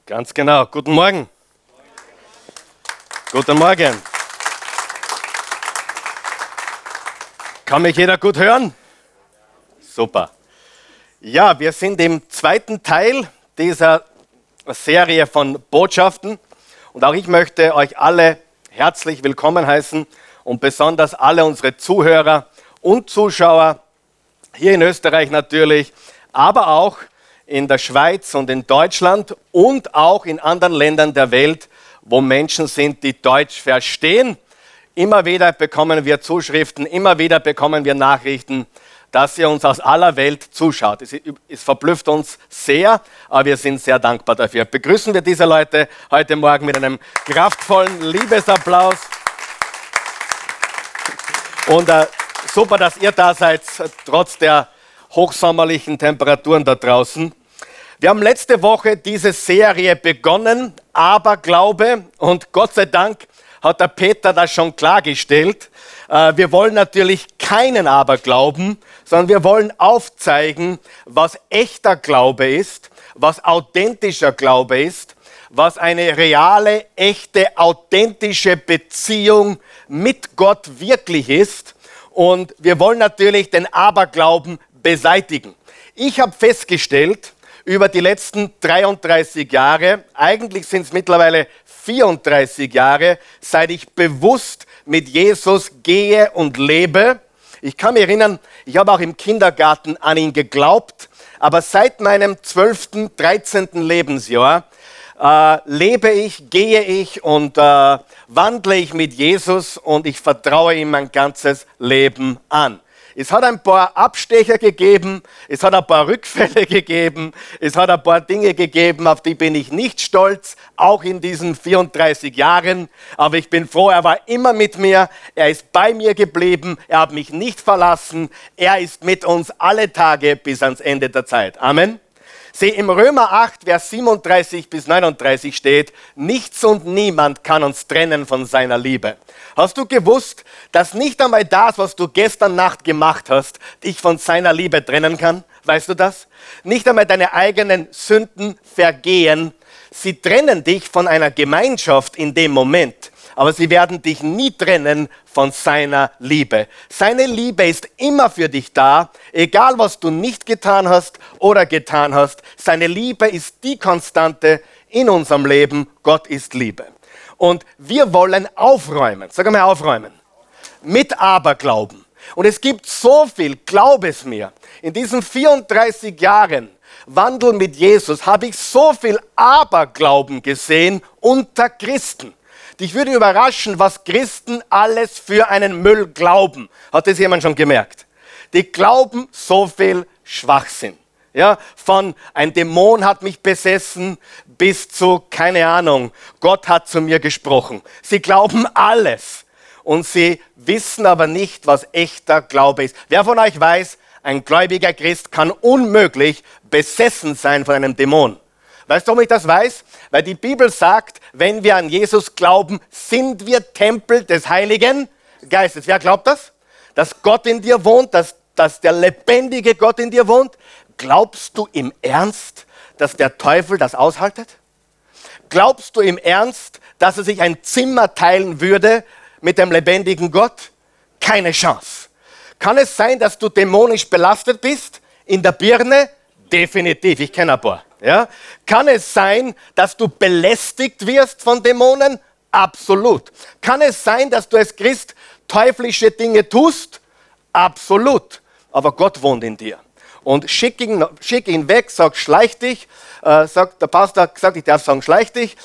Ganz genau. Guten Morgen. Guten Morgen. Kann mich jeder gut hören? Super. Ja, wir sind im zweiten Teil dieser Serie von Botschaften und auch ich möchte euch alle herzlich willkommen heißen und besonders alle unsere Zuhörer und Zuschauer hier in Österreich natürlich, aber auch in der Schweiz und in Deutschland und auch in anderen Ländern der Welt, wo Menschen sind, die Deutsch verstehen. Immer wieder bekommen wir Zuschriften, immer wieder bekommen wir Nachrichten, dass ihr uns aus aller Welt zuschaut. Es verblüfft uns sehr, aber wir sind sehr dankbar dafür. Begrüßen wir diese Leute heute Morgen mit einem kraftvollen Liebesapplaus. Und super, dass ihr da seid, trotz der hochsommerlichen Temperaturen da draußen. Wir haben letzte Woche diese Serie begonnen, Aberglaube, und Gott sei Dank hat der Peter das schon klargestellt. Wir wollen natürlich keinen Aberglauben, sondern wir wollen aufzeigen, was echter Glaube ist, was authentischer Glaube ist, was eine reale, echte, authentische Beziehung mit Gott wirklich ist. Und wir wollen natürlich den Aberglauben beseitigen. Ich habe festgestellt, über die letzten 33 Jahre, eigentlich sind es mittlerweile 34 Jahre, seit ich bewusst mit Jesus gehe und lebe. Ich kann mich erinnern, ich habe auch im Kindergarten an ihn geglaubt, aber seit meinem 12., 13. Lebensjahr lebe ich, gehe ich und wandle ich mit Jesus und ich vertraue ihm mein ganzes Leben an. Es hat ein paar Abstecher gegeben, es hat ein paar Rückfälle gegeben, es hat ein paar Dinge gegeben, auf die bin ich nicht stolz, auch in diesen 34 Jahren. Aber ich bin froh, er war immer mit mir, er ist bei mir geblieben, er hat mich nicht verlassen, er ist mit uns alle Tage bis ans Ende der Zeit. Amen. Sieh, im Römer 8, Vers 37 bis 39 steht, nichts und niemand kann uns trennen von seiner Liebe. Hast du gewusst, dass nicht einmal das, was du gestern Nacht gemacht hast, dich von seiner Liebe trennen kann? Weißt du das? Nicht einmal deine eigenen Sünden, Vergehen, sie trennen dich von einer Gemeinschaft in dem Moment. Aber sie werden dich nie trennen von seiner Liebe. Seine Liebe ist immer für dich da, egal was du nicht getan hast oder getan hast. Seine Liebe ist die Konstante in unserem Leben. Gott ist Liebe. Und wir wollen aufräumen, sag mal aufräumen, mit Aberglauben. Und es gibt so viel, glaub es mir, in diesen 34 Jahren Wandel mit Jesus habe ich so viel Aberglauben gesehen unter Christen. Dich würde überraschen, was Christen alles für einen Müll glauben. Hat das jemand schon gemerkt? Die glauben so viel Schwachsinn. Ja, von ein Dämon hat mich besessen bis zu, keine Ahnung, Gott hat zu mir gesprochen. Sie glauben alles und sie wissen aber nicht, was echter Glaube ist. Wer von euch weiß, ein gläubiger Christ kann unmöglich besessen sein von einem Dämon. Weißt du, warum ich das weiß? Weil die Bibel sagt, wenn wir an Jesus glauben, sind wir Tempel des Heiligen Geistes. Wer glaubt das? Dass Gott in dir wohnt, dass der lebendige Gott in dir wohnt? Glaubst du im Ernst, dass der Teufel das aushaltet? Glaubst du im Ernst, dass er sich ein Zimmer teilen würde mit dem lebendigen Gott? Keine Chance. Kann es sein, dass du dämonisch belastet bist? In der Birne? Definitiv, ich kenne ein paar. Ja? Kann es sein, dass du belästigt wirst von Dämonen? Absolut. Kann es sein, dass du als Christ teuflische Dinge tust? Absolut. Aber Gott wohnt in dir. Und schick ihn weg, sag, schleich dich. Der Pastor hat gesagt, ich darf sagen, schleich dich.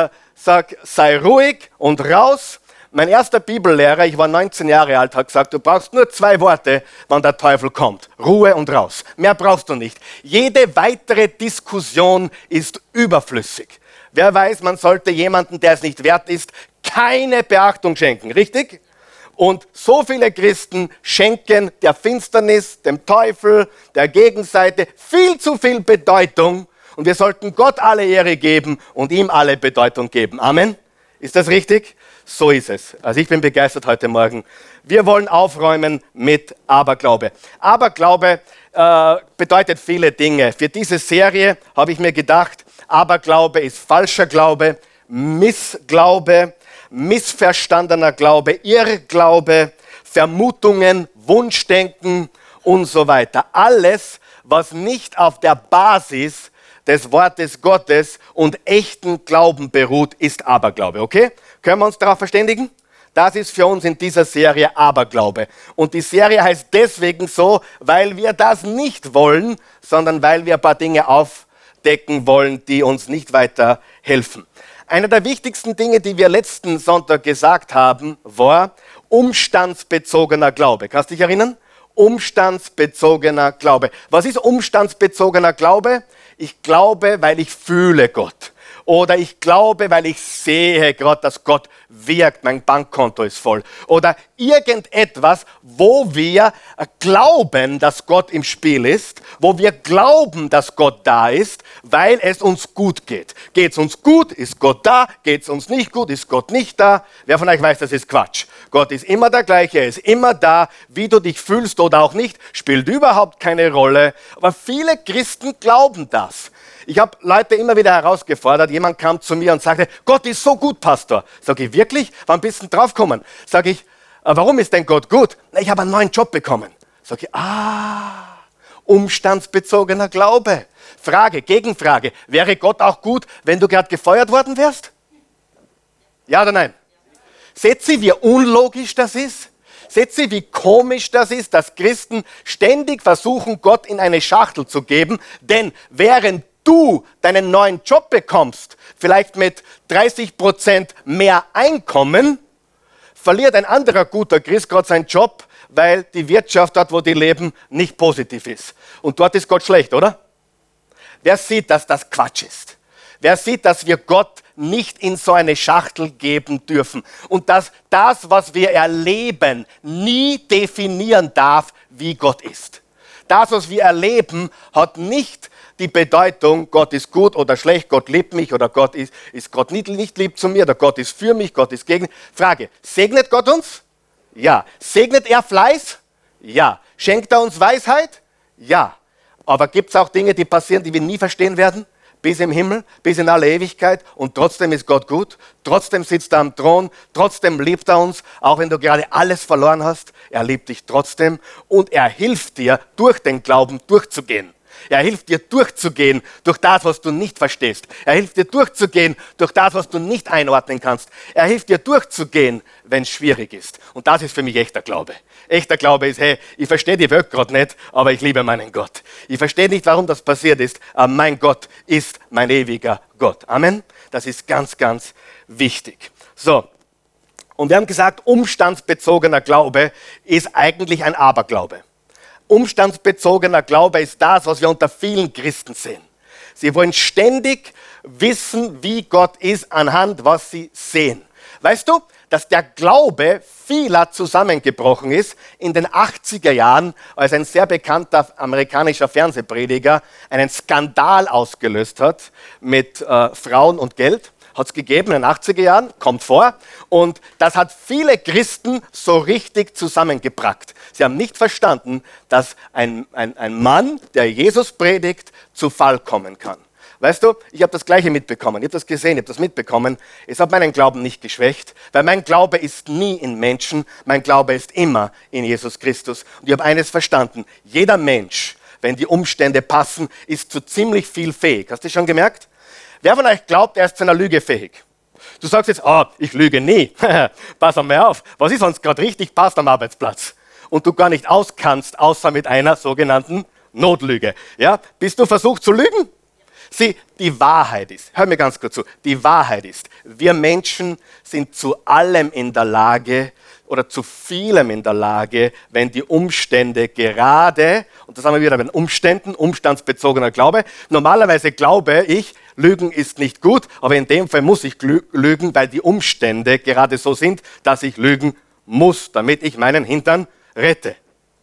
Sag, sei ruhig und raus. Mein erster Bibellehrer, ich war 19 Jahre alt, hat gesagt, du brauchst nur 2 Worte, wann der Teufel kommt. Ruhe und raus. Mehr brauchst du nicht. Jede weitere Diskussion ist überflüssig. Wer weiß, man sollte jemanden, der es nicht wert ist, keine Beachtung schenken. Richtig? Und so viele Christen schenken der Finsternis, dem Teufel, der Gegenseite viel zu viel Bedeutung. Und wir sollten Gott alle Ehre geben und ihm alle Bedeutung geben. Amen. Ist das richtig? So ist es. Also ich bin begeistert heute Morgen. Wir wollen aufräumen mit Aberglaube. Aberglaube bedeutet viele Dinge. Für diese Serie habe ich mir gedacht, Aberglaube ist falscher Glaube, Missglaube, missverstandener Glaube, Irrglaube, Vermutungen, Wunschdenken und so weiter. Alles, was nicht auf der Basis des Wortes Gottes und echten Glauben beruht, ist Aberglaube. Okay? Können wir uns darauf verständigen? Das ist für uns in dieser Serie Aberglaube. Und die Serie heißt deswegen so, weil wir das nicht wollen, sondern weil wir ein paar Dinge aufdecken wollen, die uns nicht weiter helfen. Einer der wichtigsten Dinge, die wir letzten Sonntag gesagt haben, war umstandsbezogener Glaube. Kannst du dich erinnern? Umstandsbezogener Glaube. Was ist umstandsbezogener Glaube? Ich glaube, weil ich fühle Gott. Oder ich glaube, weil ich sehe gerade, dass Gott wirkt, mein Bankkonto ist voll. Oder irgendetwas, wo wir glauben, dass Gott im Spiel ist, wo wir glauben, dass Gott da ist, weil es uns gut geht. Geht es uns gut, ist Gott da. Geht es uns nicht gut, ist Gott nicht da. Wer von euch weiß, das ist Quatsch. Gott ist immer der gleiche, er ist immer da. Wie du dich fühlst oder auch nicht, spielt überhaupt keine Rolle. Aber viele Christen glauben das. Ich habe Leute immer wieder herausgefordert. Jemand kam zu mir und sagte, Gott ist so gut, Pastor. Sag ich, wirklich? Wann bist du draufgekommen? Sag ich, warum ist denn Gott gut? Na, ich habe einen neuen Job bekommen. Sag ich, umstandsbezogener Glaube. Frage, Gegenfrage. Wäre Gott auch gut, wenn du gerade gefeuert worden wärst? Ja oder nein? Seht ihr, wie unlogisch das ist? Seht ihr, wie komisch das ist, dass Christen ständig versuchen, Gott in eine Schachtel zu geben? Denn während du deinen neuen Job bekommst, vielleicht mit 30% mehr Einkommen, verliert ein anderer guter Christ gerade seinen Job, weil die Wirtschaft dort, wo die leben, nicht positiv ist. Und dort ist Gott schlecht, oder? Wer sieht, dass das Quatsch ist? Wer sieht, dass wir Gott nicht in so eine Schachtel geben dürfen? Und dass das, was wir erleben, nie definieren darf, wie Gott ist. Das, was wir erleben, hat nicht die Bedeutung, Gott ist gut oder schlecht, Gott liebt mich oder Gott ist Gott nicht lieb zu mir oder Gott ist für mich, Gott ist gegen mich. Frage, segnet Gott uns? Ja. Segnet er Fleiß? Ja. Schenkt er uns Weisheit? Ja. Aber gibt es auch Dinge, die passieren, die wir nie verstehen werden? Bis im Himmel, bis in alle Ewigkeit und trotzdem ist Gott gut, trotzdem sitzt er am Thron, trotzdem liebt er uns, auch wenn du gerade alles verloren hast, er liebt dich trotzdem und er hilft dir, durch den Glauben durchzugehen. Er hilft dir durchzugehen durch das, was du nicht verstehst. Er hilft dir durchzugehen durch das, was du nicht einordnen kannst. Er hilft dir durchzugehen, wenn es schwierig ist. Und das ist für mich echter Glaube. Echter Glaube ist, hey, ich verstehe die Welt gerade nicht, aber ich liebe meinen Gott. Ich verstehe nicht, warum das passiert ist, aber mein Gott ist mein ewiger Gott. Amen. Das ist ganz, ganz wichtig. So, und wir haben gesagt, umstandsbezogener Glaube ist eigentlich ein Aberglaube. Umstandsbezogener Glaube ist das, was wir unter vielen Christen sehen. Sie wollen ständig wissen, wie Gott ist, anhand was sie sehen. Weißt du, dass der Glaube vieler zusammengebrochen ist in den 80er Jahren, als ein sehr bekannter amerikanischer Fernsehprediger einen Skandal ausgelöst hat mit Frauen und Geld. Hat es gegeben in den 80er Jahren, kommt vor. Und das hat viele Christen so richtig zusammengebracht. Sie haben nicht verstanden, dass ein Mann, der Jesus predigt, zu Fall kommen kann. Weißt du, ich habe das Gleiche mitbekommen, ich habe das gesehen, ich habe das mitbekommen. Es hat meinen Glauben nicht geschwächt, weil mein Glaube ist nie in Menschen, mein Glaube ist immer in Jesus Christus. Und ich habe eines verstanden, jeder Mensch, wenn die Umstände passen, ist zu ziemlich viel fähig. Hast du das schon gemerkt? Wer von euch glaubt, er ist zu einer Lüge fähig? Du sagst jetzt, ich lüge nie. Pass mal auf, was ist, wenn es gerade richtig passt am Arbeitsplatz und du gar nicht auskannst, außer mit einer sogenannten Notlüge. Ja? Bist du versucht zu lügen? Sieh, die Wahrheit ist, hör mir ganz kurz zu, die Wahrheit ist, wir Menschen sind zu allem in der Lage oder zu vielem in der Lage, wenn die Umstände gerade, und das haben wir wieder bei den Umständen, umstandsbezogener Glaube, normalerweise glaube ich, Lügen ist nicht gut, aber in dem Fall muss ich lügen, weil die Umstände gerade so sind, dass ich lügen muss, damit ich meinen Hintern rette.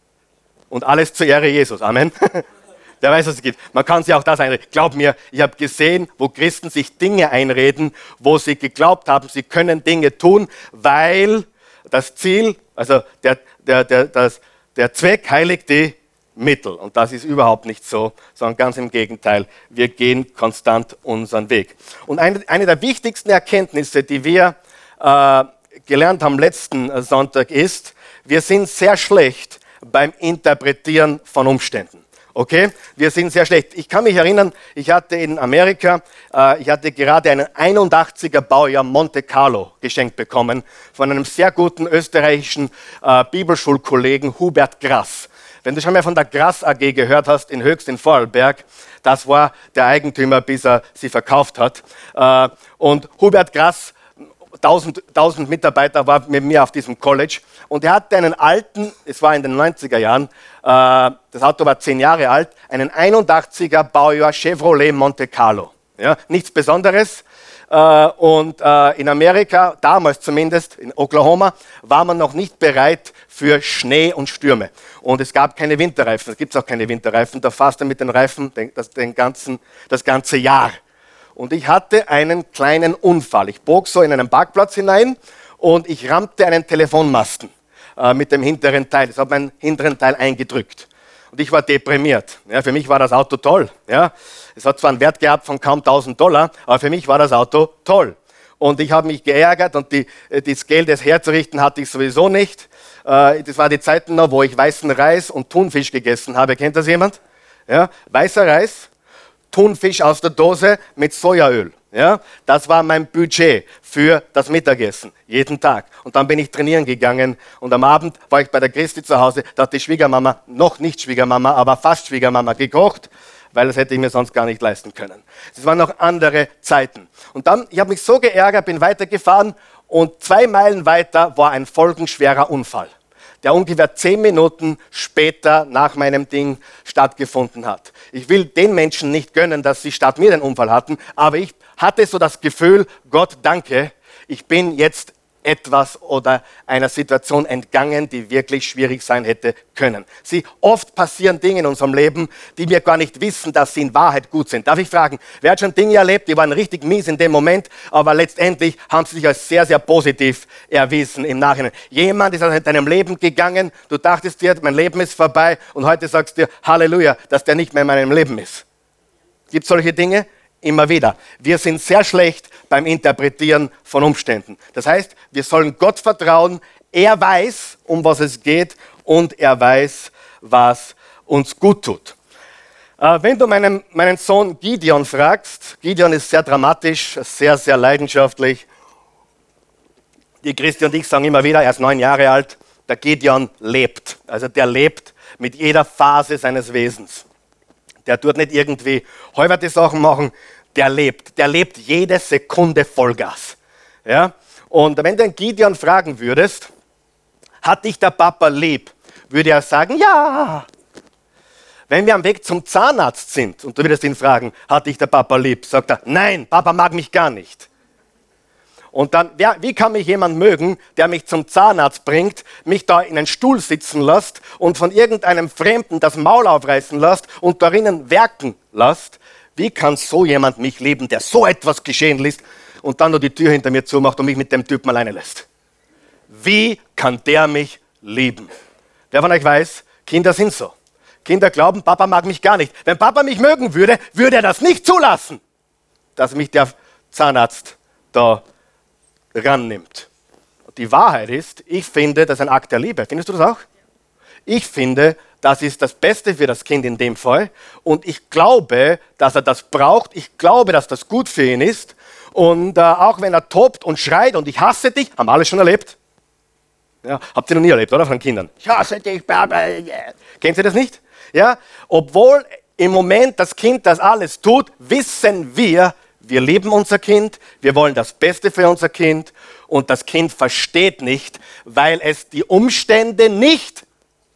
Und alles zur Ehre Jesus. Amen. Der weiß, was es gibt. Man kann sich auch das einreden. Glaub mir, ich habe gesehen, wo Christen sich Dinge einreden, wo sie geglaubt haben, sie können Dinge tun, weil das Ziel, also der Zweck heiligt die Mittel. Und das ist überhaupt nicht so, sondern ganz im Gegenteil. Wir gehen konstant unseren Weg. Und eine der wichtigsten Erkenntnisse, die wir gelernt haben letzten Sonntag ist, wir sind sehr schlecht beim Interpretieren von Umständen. Okay? Wir sind sehr schlecht. Ich kann mich erinnern, ich hatte in Amerika, ich hatte gerade einen 81er Baujahr Monte Carlo geschenkt bekommen von einem sehr guten österreichischen Bibelschulkollegen Hubert Grass. Wenn du schon mal von der Grass AG gehört hast in Höchst in Vorarlberg, das war der Eigentümer, bis er sie verkauft hat. Und Hubert Grass, 1000 Mitarbeiter, war mit mir auf diesem College und er hatte einen alten, es war in den 90er Jahren, das Auto war 10 Jahre alt, einen 81er Baujahr Chevrolet Monte Carlo. Ja, nichts Besonderes. Und in Amerika, damals zumindest, in Oklahoma, war man noch nicht bereit für Schnee und Stürme. Und es gab keine Winterreifen, es gibt auch keine Winterreifen, da fährst du mit den Reifen das ganze Jahr. Und ich hatte einen kleinen Unfall. Ich bog so in einen Parkplatz hinein und ich rammte einen Telefonmasten mit dem hinteren Teil. Das hat meinen hinteren Teil eingedrückt. Und ich war deprimiert. Ja, für mich war das Auto toll. Ja. Es hat zwar einen Wert gehabt von kaum $1.000, aber für mich war das Auto toll. Und ich habe mich geärgert und das Geld, das herzurichten, hatte ich sowieso nicht. Das war die Zeiten noch, wo ich weißen Reis und Thunfisch gegessen habe. Kennt das jemand? Ja, weißer Reis, Thunfisch aus der Dose mit Sojaöl. Ja, das war mein Budget für das Mittagessen, jeden Tag. Und dann bin ich trainieren gegangen und am Abend war ich bei der Christi zu Hause, da hat die Schwiegermama, noch nicht Schwiegermama, aber fast Schwiegermama gekocht, weil das hätte ich mir sonst gar nicht leisten können. Das waren noch andere Zeiten. Und dann, ich habe mich so geärgert, bin weitergefahren und 2 Meilen weiter war ein folgenschwerer Unfall, der ungefähr 10 Minuten später nach meinem Ding stattgefunden hat. Ich will den Menschen nicht gönnen, dass sie statt mir den Unfall hatten, aber ich hatte so das Gefühl, Gott, danke, ich bin jetzt etwas oder einer Situation entgangen, die wirklich schwierig sein hätte können. Oft passieren Dinge in unserem Leben, die wir gar nicht wissen, dass sie in Wahrheit gut sind. Darf ich fragen, wer hat schon Dinge erlebt, die waren richtig mies in dem Moment, aber letztendlich haben sie sich als sehr, sehr positiv erwiesen im Nachhinein. Jemand ist aus deinem Leben gegangen, du dachtest dir, mein Leben ist vorbei und heute sagst du dir, Halleluja, dass der nicht mehr in meinem Leben ist. Gibt es solche Dinge? Immer wieder. Wir sind sehr schlecht beim Interpretieren von Umständen. Das heißt, wir sollen Gott vertrauen. Er weiß, um was es geht und er weiß, was uns gut tut. Wenn du meinen Sohn Gideon fragst, Gideon ist sehr dramatisch, sehr, sehr leidenschaftlich. Die Christi und ich sagen immer wieder, er ist 9 Jahre alt, der Gideon lebt. Also der lebt mit jeder Phase seines Wesens. Der tut nicht irgendwie halberte Sachen machen, der lebt jede Sekunde Vollgas. Ja? Und wenn du den Gideon fragen würdest, hat dich der Papa lieb, würde er sagen, ja. Wenn wir am Weg zum Zahnarzt sind und du würdest ihn fragen, hat dich der Papa lieb, sagt er, nein, Papa mag mich gar nicht. Und dann, wie kann mich jemand mögen, der mich zum Zahnarzt bringt, mich da in einen Stuhl sitzen lässt und von irgendeinem Fremden das Maul aufreißen lässt und darinnen werken lässt? Wie kann so jemand mich lieben, der so etwas geschehen lässt und dann nur die Tür hinter mir zumacht und mich mit dem Typen alleine lässt? Wie kann der mich lieben? Wer von euch weiß, Kinder sind so. Kinder glauben, Papa mag mich gar nicht. Wenn Papa mich mögen würde, würde er das nicht zulassen, dass mich der Zahnarzt da rannimmt. Die Wahrheit ist, ich finde, das ist ein Akt der Liebe. Findest du das auch? Ich finde, das ist das Beste für das Kind in dem Fall. Und ich glaube, dass er das braucht. Ich glaube, dass das gut für ihn ist. Und auch wenn er tobt und schreit und ich hasse dich, haben alle schon erlebt. Ja, habt ihr noch nie erlebt, oder? Von Kindern. Ich hasse dich. Kennt ihr das nicht? Ja? Obwohl im Moment das Kind das alles tut, wissen wir lieben unser Kind, wir wollen das Beste für unser Kind und das Kind versteht nicht, weil es die Umstände nicht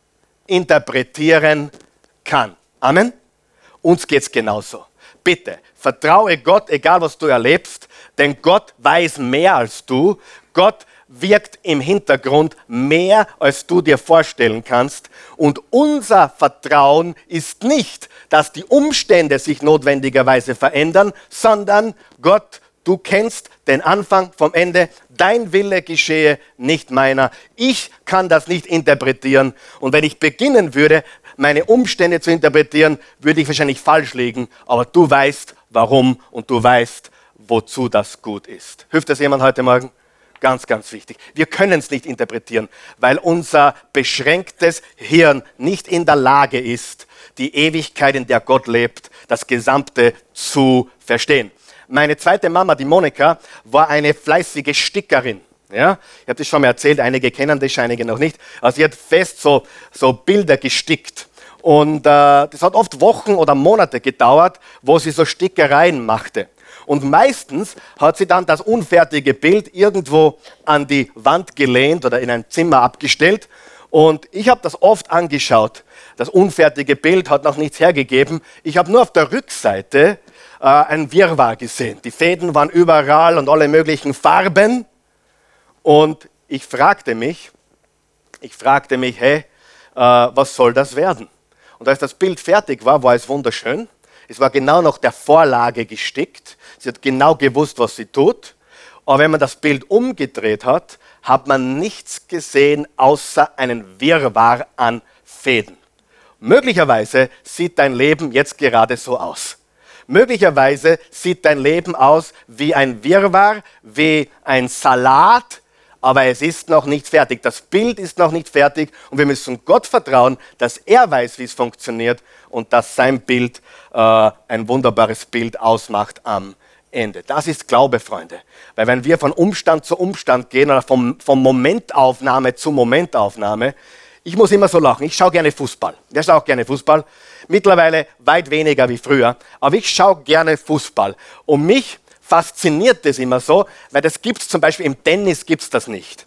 interpretieren kann. Amen? Uns geht es genauso. Bitte, vertraue Gott, egal was du erlebst, denn Gott weiß mehr als du. Gott wirkt im Hintergrund mehr, als du dir vorstellen kannst. Und unser Vertrauen ist nicht, dass die Umstände sich notwendigerweise verändern, sondern Gott, du kennst den Anfang vom Ende. Dein Wille geschehe, nicht meiner. Ich kann das nicht interpretieren. Und wenn ich beginnen würde, meine Umstände zu interpretieren, würde ich wahrscheinlich falsch liegen, aber du weißt, warum und du weißt, wozu das gut ist. Hilft das jemand heute Morgen? Ganz, ganz wichtig. Wir können es nicht interpretieren, weil unser beschränktes Hirn nicht in der Lage ist, die Ewigkeit, in der Gott lebt, das Gesamte zu verstehen. Meine zweite Mama, die Monika, war eine fleißige Stickerin. Ja? Ich habe das schon mal erzählt, einige kennen das, einige noch nicht. Also sie hat fest so Bilder gestickt. Und das hat oft Wochen oder Monate gedauert, wo sie so Stickereien machte. Und meistens hat sie dann das unfertige Bild irgendwo an die Wand gelehnt oder in ein Zimmer abgestellt. Und ich habe das oft angeschaut. Das unfertige Bild hat noch nichts hergegeben. Ich habe nur auf der Rückseite ein Wirrwarr gesehen. Die Fäden waren überall und alle möglichen Farben. Und ich fragte mich, hey, was soll das werden? Und als das Bild fertig war, war es wunderschön. Es war genau nach der Vorlage gestickt. Sie hat genau gewusst, was sie tut. Aber wenn man das Bild umgedreht hat, hat man nichts gesehen, außer einen Wirrwarr an Fäden. Möglicherweise sieht dein Leben jetzt gerade so aus. Möglicherweise sieht dein Leben aus wie ein Wirrwarr, wie ein Salat, aber es ist noch nicht fertig. Das Bild ist noch nicht fertig und wir müssen Gott vertrauen, dass er weiß, wie es funktioniert und dass sein Bild ein wunderbares Bild ausmacht am Ende. Das ist Glaube, Freunde. Weil wenn wir von Umstand zu Umstand gehen oder von Momentaufnahme zu Momentaufnahme, ich muss immer so lachen, ich schaue gerne Fußball. Ich schaue auch gerne Fußball. Mittlerweile weit weniger wie früher, aber ich schaue gerne Fußball. Und mich fasziniert das immer so, weil das gibt es zum Beispiel im Tennis gibt es das nicht.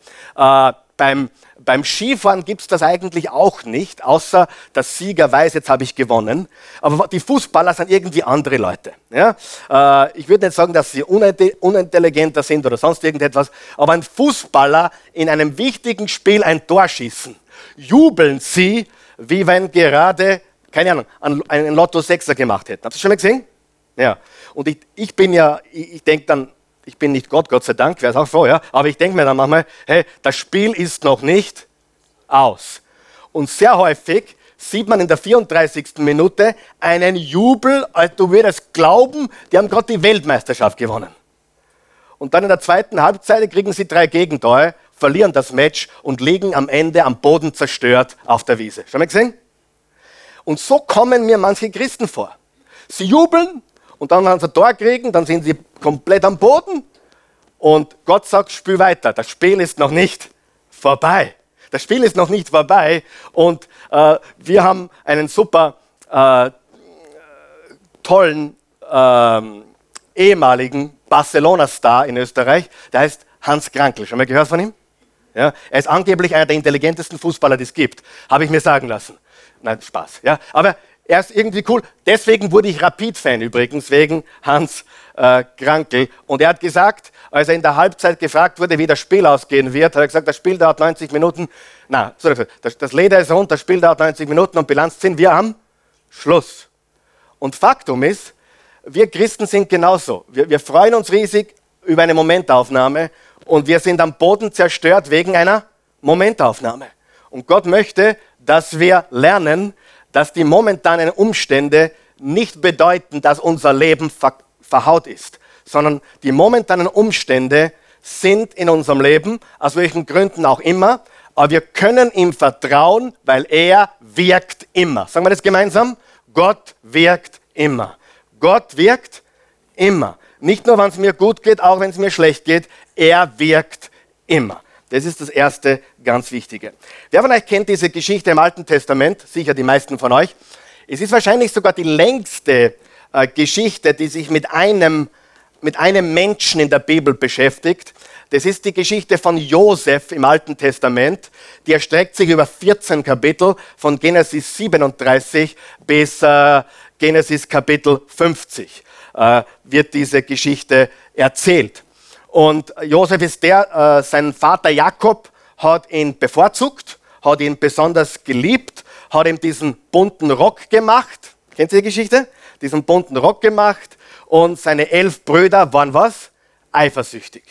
Beim Skifahren gibt es das eigentlich auch nicht, außer der Sieger weiß, jetzt habe ich gewonnen. Aber die Fußballer sind irgendwie andere Leute. Ja? Ich würde nicht sagen, dass sie unintelligenter sind oder sonst irgendetwas, aber ein Fußballer in einem wichtigen Spiel ein Tor schießen, jubeln sie, wie wenn gerade, keine Ahnung, einen Lotto 6er gemacht hätten. Habt ihr das schon mal gesehen? Ja. Und ich denke dann, ich bin nicht Gott, Gott sei Dank, wäre es auch vorher, aber ich denke mir dann manchmal, hey, das Spiel ist noch nicht aus. Und sehr häufig sieht man in der 34. Minute einen Jubel, als du würdest glauben, die haben gerade die Weltmeisterschaft gewonnen. Und dann in der zweiten Halbzeit kriegen sie 3 Gegentore, verlieren das Match und liegen am Ende am Boden zerstört auf der Wiese. Schon mal gesehen? Und so kommen mir manche Christen vor. Sie jubeln und dann, wenn sie ein Tor kriegen, dann sind sie komplett am Boden und Gott sagt, spiel weiter. Das Spiel ist noch nicht vorbei. Das Spiel ist noch nicht vorbei und wir haben einen super tollen ehemaligen Barcelona-Star in Österreich, der heißt Hans Krankl. Schon mal gehört von ihm? Ja? Er ist angeblich einer der intelligentesten Fußballer, die es gibt. Habe ich mir sagen lassen. Nein, Spaß. Ja? Aber er ist irgendwie cool. Deswegen wurde ich Rapid-Fan übrigens, wegen Hans Krankl. Und er hat gesagt, als er in der Halbzeit gefragt wurde, wie das Spiel ausgehen wird, hat er gesagt, das Spiel dauert 90 Minuten. Na, das Leder ist rund, das Spiel dauert 90 Minuten und Bilanz sind wir am Schluss. Und Faktum ist, wir Christen sind genauso. Wir freuen uns riesig über eine Momentaufnahme und wir sind am Boden zerstört wegen einer Momentaufnahme. Und Gott möchte, dass wir lernen, dass die momentanen Umstände nicht bedeuten, dass unser Leben verhaut ist, sondern die momentanen Umstände sind in unserem Leben, aus welchen Gründen auch immer, aber wir können ihm vertrauen, weil er wirkt immer. Sagen wir das gemeinsam? Gott wirkt immer. Gott wirkt immer. Nicht nur, wenn es mir gut geht, auch wenn es mir schlecht geht, er wirkt immer. Das ist das erste ganz Wichtige. Wer von euch kennt diese Geschichte im Alten Testament? Sicher die meisten von euch. Es ist wahrscheinlich sogar die längste Geschichte, die sich mit einem Menschen in der Bibel beschäftigt. Das ist die Geschichte von Josef im Alten Testament. Die erstreckt sich über 14 Kapitel, von Genesis 37 bis Genesis Kapitel 50 wird diese Geschichte erzählt. Und Josef ist sein Vater Jakob hat ihn bevorzugt, hat ihn besonders geliebt, hat ihm diesen bunten Rock gemacht. Kennt ihr die Geschichte? Diesen bunten Rock gemacht und seine 11 Brüder waren was? Eifersüchtig.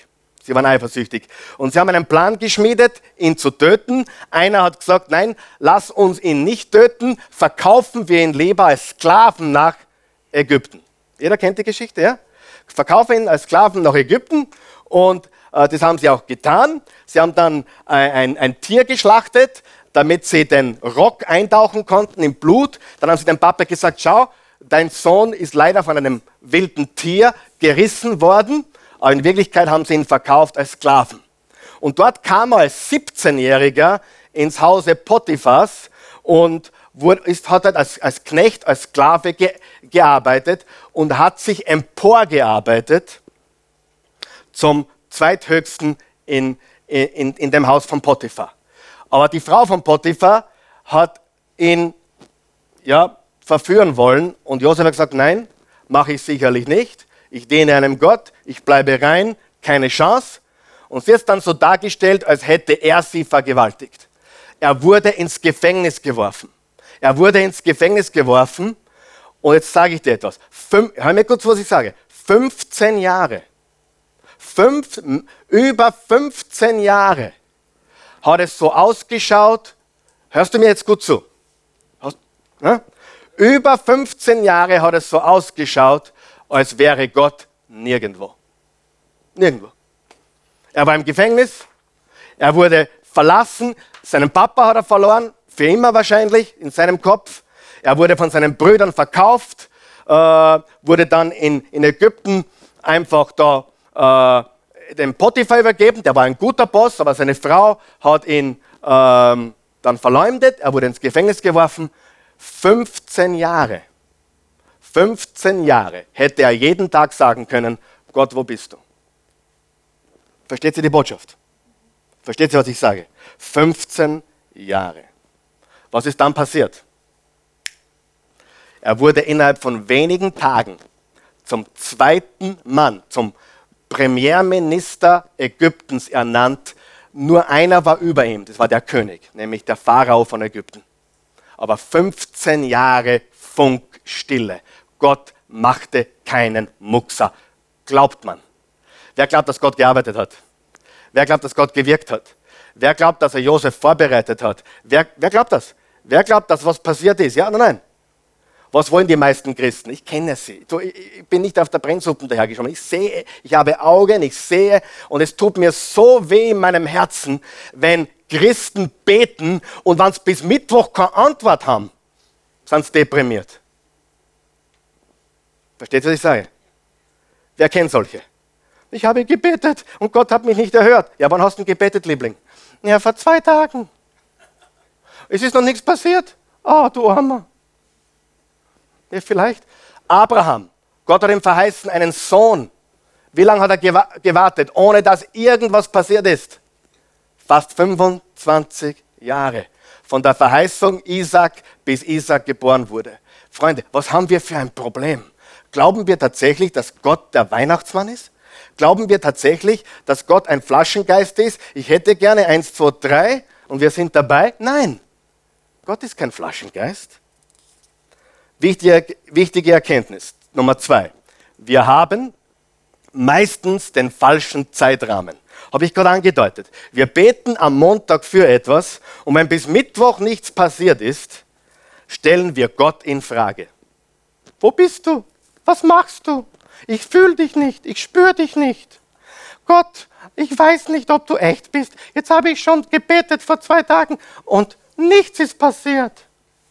Sie waren eifersüchtig. Und sie haben einen Plan geschmiedet, ihn zu töten. Einer hat gesagt, nein, lass uns ihn nicht töten, verkaufen wir ihn lieber als Sklaven nach Ägypten. Jeder kennt die Geschichte, ja? Verkaufen ihn als Sklaven nach Ägypten und das haben sie auch getan. Sie haben dann ein Tier geschlachtet, damit sie den Rock eintauchen konnten im Blut. Dann haben sie dem Papa gesagt, schau, dein Sohn ist leider von einem wilden Tier gerissen worden, aber in Wirklichkeit haben sie ihn verkauft als Sklaven. Und dort kam er als 17-Jähriger ins Hause Potiphas und hat halt als Knecht, als Sklave gearbeitet und hat sich emporgearbeitet zum zweithöchsten in dem Haus von Potiphar. Aber die Frau von Potiphar hat ihn verführen wollen und Josef hat gesagt, nein, mache ich sicherlich nicht. Ich diene einem Gott, ich bleibe rein, keine Chance. Und sie ist dann so dargestellt, als hätte er sie vergewaltigt. Er wurde ins Gefängnis geworfen. Und jetzt sage ich dir etwas. Hör mir kurz, was ich sage. 15 Jahre. Über 15 Jahre hat es so ausgeschaut. Hörst du mir jetzt gut zu? Über 15 Jahre hat es so ausgeschaut, als wäre Gott nirgendwo. Nirgendwo. Er war im Gefängnis, er wurde verlassen, seinen Papa hat er verloren, für immer wahrscheinlich, in seinem Kopf. Er wurde von seinen Brüdern verkauft, wurde dann in Ägypten einfach da dem Potiphar übergeben. Der war ein guter Boss, aber seine Frau hat ihn dann verleumdet. Er wurde ins Gefängnis geworfen. 15 Jahre. 15 Jahre hätte er jeden Tag sagen können, Gott, wo bist du? Versteht ihr die Botschaft? Versteht ihr, was ich sage? 15 Jahre. Was ist dann passiert? Er wurde innerhalb von wenigen Tagen zum zweiten Mann, zum Premierminister Ägyptens ernannt. Nur einer war über ihm, das war der König, nämlich der Pharao von Ägypten. Aber 15 Jahre Funkstille. Gott machte keinen Muckser. Glaubt man. Wer glaubt, dass Gott gearbeitet hat? Wer glaubt, dass Gott gewirkt hat? Wer glaubt, dass er Josef vorbereitet hat? Wer glaubt das? Wer glaubt, dass was passiert ist? Ja oder nein? Was wollen die meisten Christen? Ich kenne sie. Ich bin nicht auf der Brennsuppen dahergeschwommen. Ich sehe, ich habe Augen, ich sehe und es tut mir so weh in meinem Herzen, wenn Christen beten und wenn sie bis Mittwoch keine Antwort haben, sind sie deprimiert. Versteht ihr, was ich sage? Wer kennt solche? Ich habe gebetet und Gott hat mich nicht erhört. Ja, wann hast du denn gebetet, Liebling? Ja, vor 2 Tagen. Es ist noch nichts passiert. Oh, du Armer. Ja, vielleicht. Abraham, Gott hat ihm verheißen, einen Sohn. Wie lange hat er gewartet, ohne dass irgendwas passiert ist? Fast 25 Jahre. Von der Verheißung Isaac bis Isaac geboren wurde. Freunde, was haben wir für ein Problem? Glauben wir tatsächlich, dass Gott der Weihnachtsmann ist? Glauben wir tatsächlich, dass Gott ein Flaschengeist ist? Ich hätte gerne 1, 2, 3 und wir sind dabei? Nein, Gott ist kein Flaschengeist. Wichtige Erkenntnis. Nummer 2. Wir haben meistens den falschen Zeitrahmen. Habe ich gerade angedeutet. Wir beten am Montag für etwas und wenn bis Mittwoch nichts passiert ist, stellen wir Gott in Frage. Wo bist du? Was machst du? Ich fühle dich nicht, ich spüre dich nicht. Gott, ich weiß nicht, ob du echt bist. Jetzt habe ich schon gebetet vor 2 Tagen und nichts ist passiert.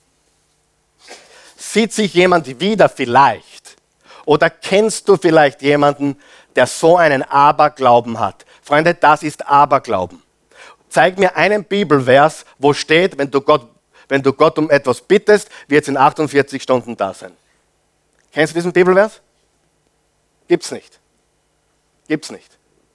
Sieht sich jemand wieder vielleicht? Oder kennst du vielleicht jemanden, der so einen Aberglauben hat? Freunde, das ist Aberglauben. Zeig mir einen Bibelvers, wo steht, wenn du Gott um etwas bittest, wird es in 48 Stunden da sein. Kennst du diesen Bibelvers? Gibt's nicht. Gibt's nicht.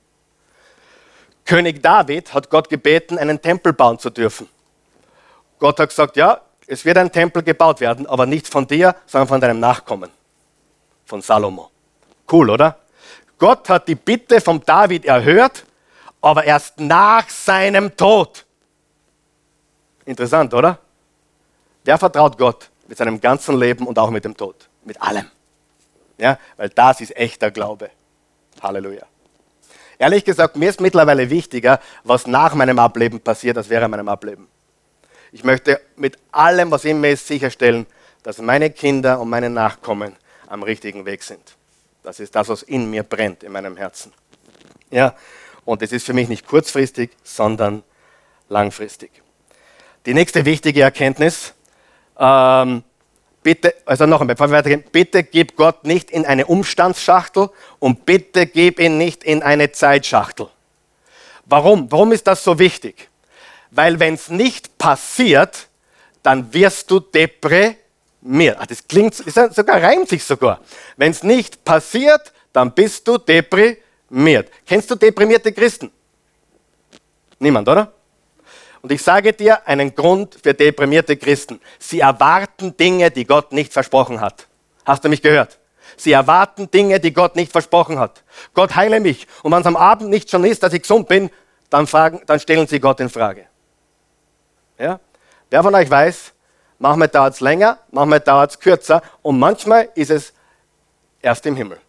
König David hat Gott gebeten, einen Tempel bauen zu dürfen. Gott hat gesagt, ja, es wird ein Tempel gebaut werden, aber nicht von dir, sondern von deinem Nachkommen, von Salomo. Cool, oder? Gott hat die Bitte von David erhört, aber erst nach seinem Tod. Interessant, oder? Wer vertraut Gott mit seinem ganzen Leben und auch mit dem Tod? Mit allem. Ja, weil das ist echter Glaube. Halleluja. Ehrlich gesagt, mir ist mittlerweile wichtiger, was nach meinem Ableben passiert, als während meinem Ableben. Ich möchte mit allem, was in mir ist, sicherstellen, dass meine Kinder und meine Nachkommen am richtigen Weg sind. Das ist das, was in mir brennt, in meinem Herzen. Ja, und es ist für mich nicht kurzfristig, sondern langfristig. Die nächste wichtige Erkenntnis, bitte, also noch einmal, bevor wir weitergehen, bitte gib Gott nicht in eine Umstandsschachtel und bitte gib ihn nicht in eine Zeitschachtel. Warum? Warum ist das so wichtig? Weil wenn es nicht passiert, dann wirst du deprimiert. Das klingt, sogar reimt sich sogar. Wenn es nicht passiert, dann bist du deprimiert. Kennst du deprimierte Christen? Niemand, oder? Und ich sage dir einen Grund für deprimierte Christen. Sie erwarten Dinge, die Gott nicht versprochen hat. Hast du mich gehört? Sie erwarten Dinge, die Gott nicht versprochen hat. Gott heile mich. Und wenn es am Abend nicht schon ist, dass ich gesund bin, dann stellen sie Gott in Frage. Ja? Wer von euch weiß, manchmal dauert es länger, manchmal dauert es kürzer und manchmal ist es erst im Himmel.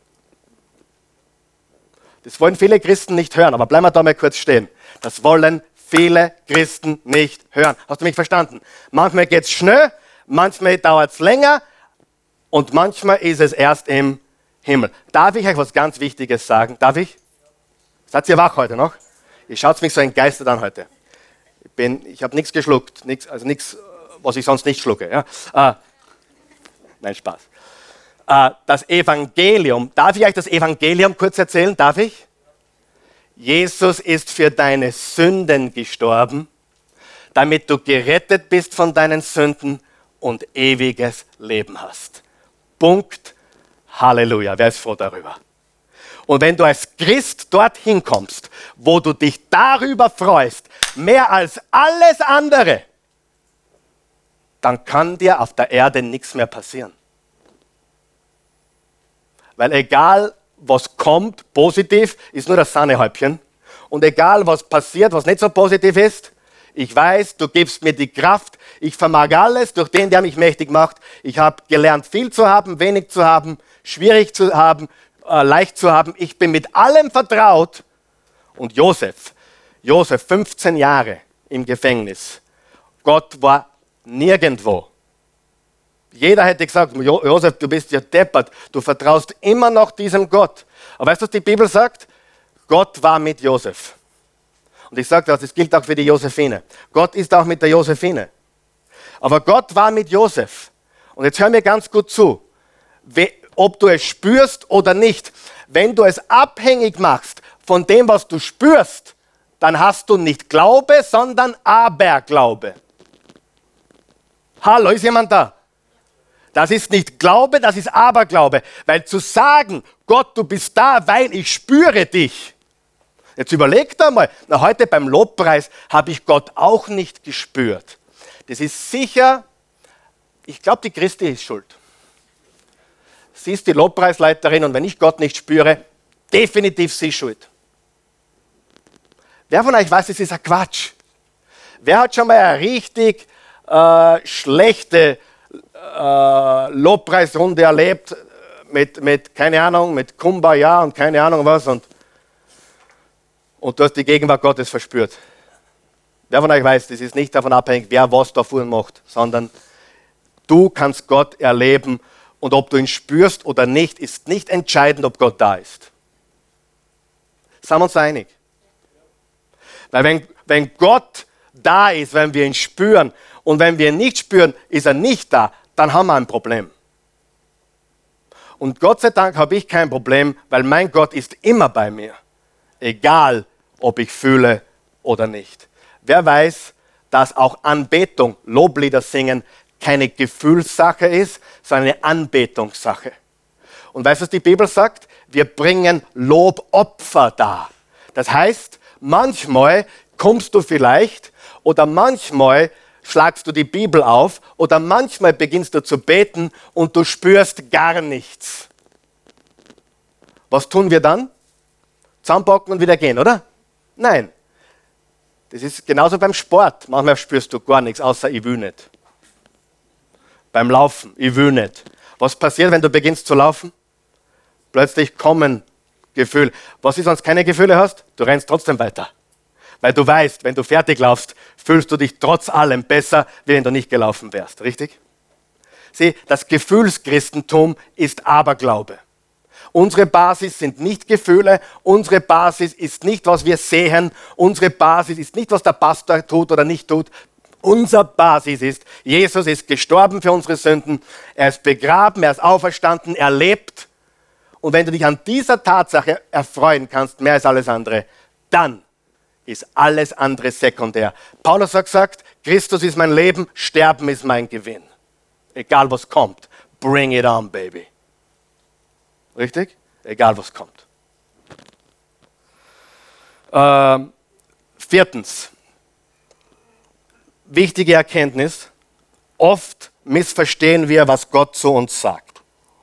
Das wollen viele Christen nicht hören, aber bleiben wir da mal kurz stehen. Das wollen viele Christen nicht hören. Hast du mich verstanden? Manchmal geht es schnell, manchmal dauert es länger und manchmal ist es erst im Himmel. Darf ich euch was ganz Wichtiges sagen? Darf ich? Seid ihr wach heute noch? Ihr schaut mich so entgeistert an heute. Ich habe nichts geschluckt, also nichts, was ich sonst nicht schlucke. Ja? Nein, Spaß. Das Evangelium, darf ich euch das Evangelium kurz erzählen? Darf ich? Jesus ist für deine Sünden gestorben, damit du gerettet bist von deinen Sünden und ewiges Leben hast. Punkt. Halleluja. Wer ist froh darüber? Und wenn du als Christ dorthin kommst, wo du dich darüber freust, mehr als alles andere, dann kann dir auf der Erde nichts mehr passieren. Weil egal, was kommt, positiv, ist nur das Sahnehäubchen. Und egal, was passiert, was nicht so positiv ist, ich weiß, du gibst mir die Kraft, ich vermag alles durch den, der mich mächtig macht. Ich habe gelernt, viel zu haben, wenig zu haben, schwierig zu haben, leicht zu haben. Ich bin mit allem vertraut. Und Josef, 15 Jahre im Gefängnis. Gott war nirgendwo. Jeder hätte gesagt, Josef, du bist ja deppert, du vertraust immer noch diesem Gott. Aber weißt du, was die Bibel sagt? Gott war mit Josef. Und ich sage das gilt auch für die Josephine. Gott ist auch mit der Josephine. Aber Gott war mit Josef. Und jetzt hör mir ganz gut zu. Ob du es spürst oder nicht, wenn du es abhängig machst von dem, was du spürst, dann hast du nicht Glaube, sondern Aberglaube. Hallo, ist jemand da? Das ist nicht Glaube, das ist Aberglaube. Weil zu sagen, Gott, du bist da, weil ich spüre dich. Jetzt überleg da mal, heute beim Lobpreis habe ich Gott auch nicht gespürt. Das ist sicher, ich glaube, die Christi ist schuld. Sie ist die Lobpreisleiterin und wenn ich Gott nicht spüre, definitiv sie schuld. Wer von euch weiß, das ist ein Quatsch. Wer hat schon mal eine richtig schlechte Lobpreisrunde erlebt mit, keine Ahnung, mit Kumbaya und keine Ahnung was und du hast die Gegenwart Gottes verspürt. Wer von euch weiß, das ist nicht davon abhängig, wer was da vorhin macht, sondern du kannst Gott erleben und ob du ihn spürst oder nicht, ist nicht entscheidend, ob Gott da ist. Sind wir uns einig? Weil wenn Gott da ist, wenn wir ihn spüren und wenn wir ihn nicht spüren, ist er nicht da, dann haben wir ein Problem. Und Gott sei Dank habe ich kein Problem, weil mein Gott ist immer bei mir. Egal, ob ich fühle oder nicht. Wer weiß, dass auch Anbetung, Loblieder singen, keine Gefühlssache ist, sondern eine Anbetungssache. Und weißt du, was die Bibel sagt? Wir bringen Lobopfer dar. Das heißt, manchmal kommst du vielleicht oder manchmal schlagst du die Bibel auf oder manchmal beginnst du zu beten und du spürst gar nichts. Was tun wir dann? Zusammenpacken und wieder gehen, oder? Nein. Das ist genauso beim Sport. Manchmal spürst du gar nichts, außer ich will nicht. Beim Laufen, ich will nicht. Was passiert, wenn du beginnst zu laufen? Plötzlich kommen Gefühl. Was ist, wenn du keine Gefühle hast? Du rennst trotzdem weiter. Weil du weißt, wenn du fertig laufst, fühlst du dich trotz allem besser, wie wenn du nicht gelaufen wärst. Richtig? Sieh, das Gefühlschristentum ist Aberglaube. Unsere Basis sind nicht Gefühle, unsere Basis ist nicht, was wir sehen, unsere Basis ist nicht, was der Pastor tut oder nicht tut. Unsere Basis ist, Jesus ist gestorben für unsere Sünden, er ist begraben, er ist auferstanden, er lebt. Und wenn du dich an dieser Tatsache erfreuen kannst, mehr als alles andere, dann ist alles andere sekundär. Paulus hat gesagt, Christus ist mein Leben, Sterben ist mein Gewinn. Egal was kommt, bring it on, baby. Richtig? Egal was kommt. Viertens, wichtige Erkenntnis, oft missverstehen wir, was Gott zu uns sagt.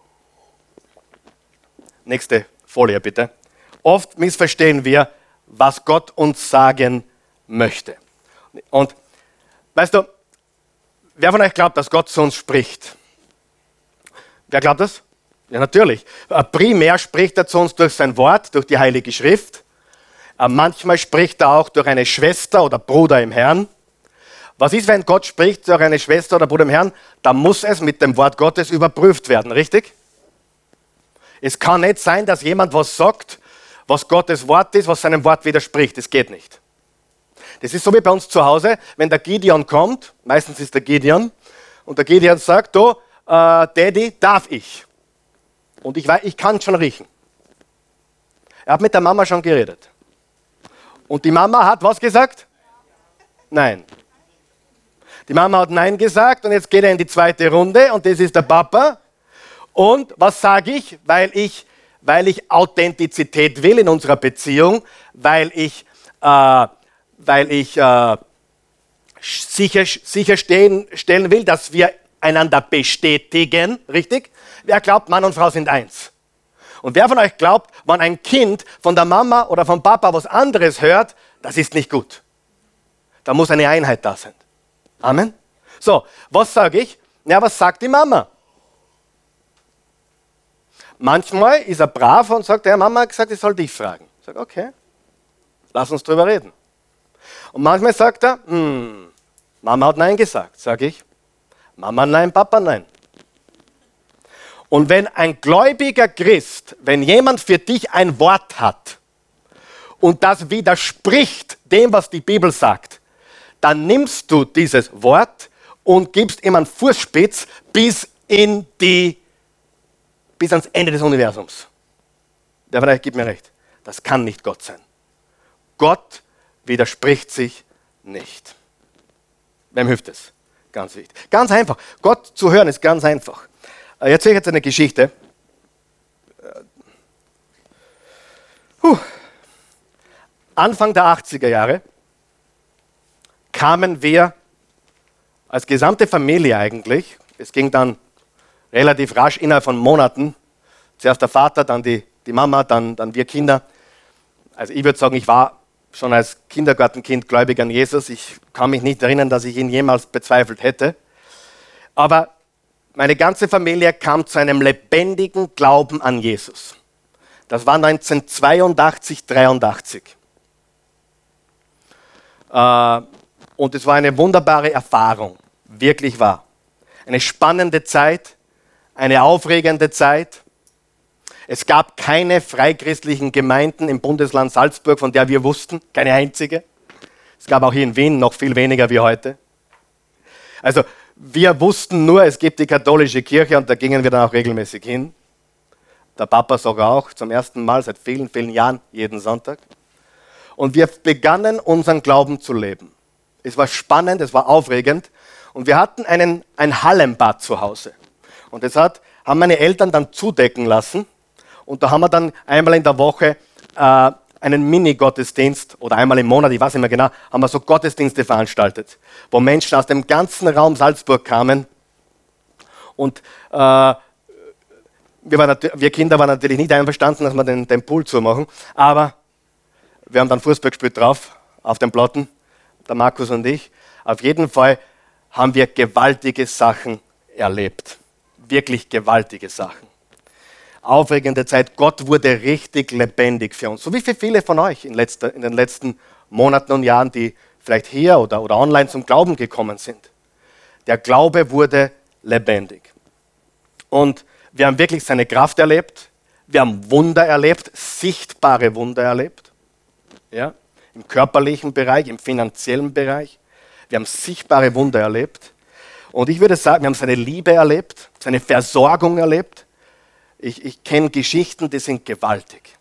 Nächste Folie bitte. Oft missverstehen wir, was Gott uns sagen möchte. Und weißt du, wer von euch glaubt, dass Gott zu uns spricht? Wer glaubt das? Ja, natürlich. Primär spricht er zu uns durch sein Wort, durch die Heilige Schrift. Manchmal spricht er auch durch eine Schwester oder Bruder im Herrn. Was ist, wenn Gott spricht durch eine Schwester oder Bruder im Herrn? Dann muss es mit dem Wort Gottes überprüft werden, richtig? Es kann nicht sein, dass jemand was sagt, was Gottes Wort ist, was seinem Wort widerspricht. Das geht nicht. Das ist so wie bei uns zu Hause, wenn der Gideon kommt, meistens ist der Gideon, und der Gideon sagt, du, Daddy, darf ich? Und ich kann schon riechen. Er hat mit der Mama schon geredet. Und die Mama hat was gesagt? Nein. Die Mama hat Nein gesagt und jetzt geht er in die zweite Runde und das ist der Papa. Und was sage ich? Weil ich Authentizität will in unserer Beziehung, weil ich sicherstellen will, dass wir einander bestätigen, richtig? Wer glaubt, Mann und Frau sind eins? Und wer von euch glaubt, wenn ein Kind von der Mama oder vom Papa was anderes hört, das ist nicht gut. Da muss eine Einheit da sein. Amen? So, was sage ich? Ja, was sagt die Mama? Manchmal ist er brav und sagt, ja, Mama hat gesagt, ich soll dich fragen. Ich sage, okay, lass uns drüber reden. Und manchmal sagt er, Mama hat Nein gesagt. Sage ich, Mama nein, Papa nein. Und wenn ein gläubiger Christ, wenn jemand für dich ein Wort hat und das widerspricht dem, was die Bibel sagt, dann nimmst du dieses Wort und gibst ihm einen Fußspitz bis ans Ende des Universums. Der von euch gibt mir recht. Das kann nicht Gott sein. Gott widerspricht sich nicht. Wem hilft es? Ganz wichtig. Ganz einfach. Gott zu hören ist ganz einfach. Ich erzähle jetzt eine Geschichte. Anfang der 80er Jahre kamen wir als gesamte Familie eigentlich, es ging dann relativ rasch innerhalb von Monaten, zuerst der Vater, dann die Mama, dann wir Kinder. Also ich würde sagen, ich war schon als Kindergartenkind gläubig an Jesus. Ich kann mich nicht erinnern, dass ich ihn jemals bezweifelt hätte. Aber meine ganze Familie kam zu einem lebendigen Glauben an Jesus. Das war 1982, 83. Und es war eine wunderbare Erfahrung, wirklich wahr. Eine spannende Zeit, eine aufregende Zeit. Es gab keine freichristlichen Gemeinden im Bundesland Salzburg, von der wir wussten, keine einzige. Es gab auch hier in Wien noch viel weniger wie heute. Also wir wussten nur, es gibt die katholische Kirche und da gingen wir dann auch regelmäßig hin. Der Papa sogar auch, zum ersten Mal seit vielen, vielen Jahren, jeden Sonntag. Und wir begannen unseren Glauben zu leben. Es war spannend, es war aufregend und wir hatten ein Hallenbad zu Hause. Und das haben meine Eltern dann zudecken lassen und da haben wir dann einmal in der Woche einen Mini-Gottesdienst oder einmal im Monat, ich weiß nicht mehr genau, haben wir so Gottesdienste veranstaltet, wo Menschen aus dem ganzen Raum Salzburg kamen und wir Kinder waren natürlich nicht einverstanden, dass wir den Pool zumachen, aber wir haben dann Fußball gespielt drauf, auf den Platten, der Markus und ich. Auf jeden Fall haben wir gewaltige Sachen erlebt. Wirklich gewaltige Sachen. aufregende Zeit. Gott wurde richtig lebendig für uns. So wie für viele von euch in den letzten Monaten und Jahren, die vielleicht hier oder online zum Glauben gekommen sind. Der Glaube wurde lebendig. Und wir haben wirklich seine Kraft erlebt. Wir haben Wunder erlebt, sichtbare Wunder erlebt. Ja? Im körperlichen Bereich, im finanziellen Bereich. Wir haben sichtbare Wunder erlebt. Und ich würde sagen, wir haben seine Liebe erlebt, seine Versorgung erlebt. Ich kenne Geschichten, die sind gewaltig.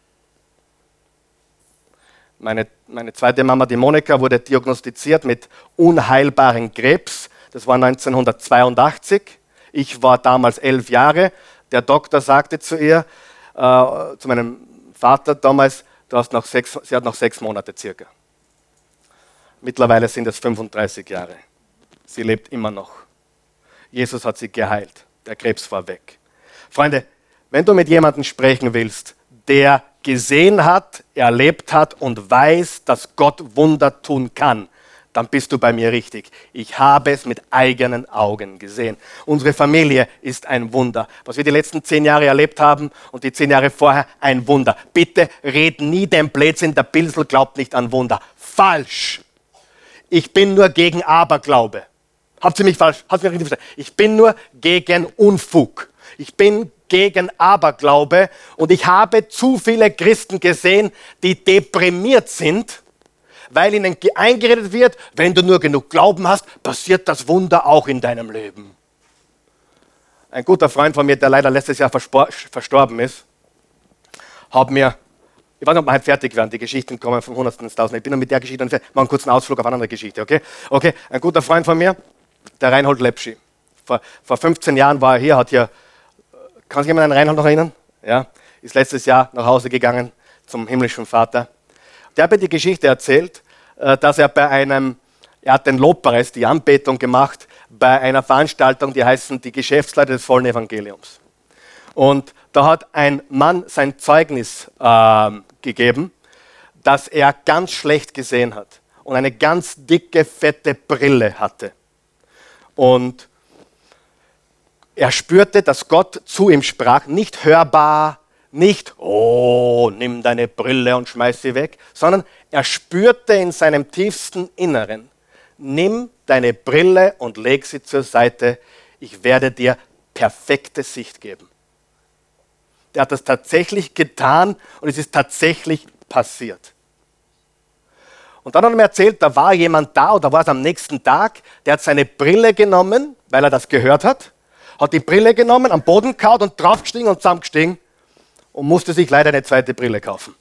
Meine zweite Mama, die Monika, wurde diagnostiziert mit unheilbarem Krebs. Das war 1982. Ich war damals 11 Jahre. Der Doktor sagte zu ihr, zu meinem Vater damals, sie hat noch 6 Monate circa. Mittlerweile sind es 35 Jahre. Sie lebt immer noch. Jesus hat sie geheilt. Der Krebs war weg. Freunde, wenn du mit jemandem sprechen willst, der gesehen hat, erlebt hat und weiß, dass Gott Wunder tun kann, dann bist du bei mir richtig. Ich habe es mit eigenen Augen gesehen. Unsere Familie ist ein Wunder. Was wir die letzten 10 Jahre erlebt haben und die 10 Jahre vorher, ein Wunder. Bitte red nie den Blödsinn, der Pilsel glaubt nicht an Wunder. Falsch. Ich bin nur gegen Aberglaube. Habt ihr mich falsch? Habt ihr mich richtig verstanden? Ich bin nur gegen Unfug. Ich bin gegen Aberglaube und ich habe zu viele Christen gesehen, die deprimiert sind, weil ihnen eingeredet wird, wenn du nur genug Glauben hast, passiert das Wunder auch in deinem Leben. Ein guter Freund von mir, der leider letztes Jahr verstorben ist, hat mir, ich weiß nicht, ob wir heute fertig werden, die Geschichten kommen vom Hundertsten ins Tausend. Ich bin noch mit der Geschichte fertig. Machen einen kurzen Ausflug auf eine andere Geschichte, okay? Okay, ein guter Freund von mir, der Reinhold Lepschi. Vor 15 Jahren war er hier, kann sich jemand an Reinhold noch erinnern? Ja, ist letztes Jahr nach Hause gegangen zum himmlischen Vater. Der hat mir die Geschichte erzählt, dass er er hat den Lobpreis, die Anbetung gemacht, bei einer Veranstaltung, die heißen die Geschäftsleute des vollen Evangeliums. Und da hat ein Mann sein Zeugnis gegeben, dass er ganz schlecht gesehen hat und eine ganz dicke, fette Brille hatte. Und er spürte, dass Gott zu ihm sprach, nicht hörbar, nicht, oh, nimm deine Brille und schmeiß sie weg, sondern er spürte in seinem tiefsten Inneren, nimm deine Brille und leg sie zur Seite, ich werde dir perfekte Sicht geben. Der hat das tatsächlich getan und es ist tatsächlich passiert. Und dann hat er mir erzählt, da war jemand da oder war es am nächsten Tag, der hat seine Brille genommen, weil er das gehört hat die Brille genommen, am Boden gehauen und draufgestiegen und zusammengestiegen und musste sich leider eine zweite Brille kaufen.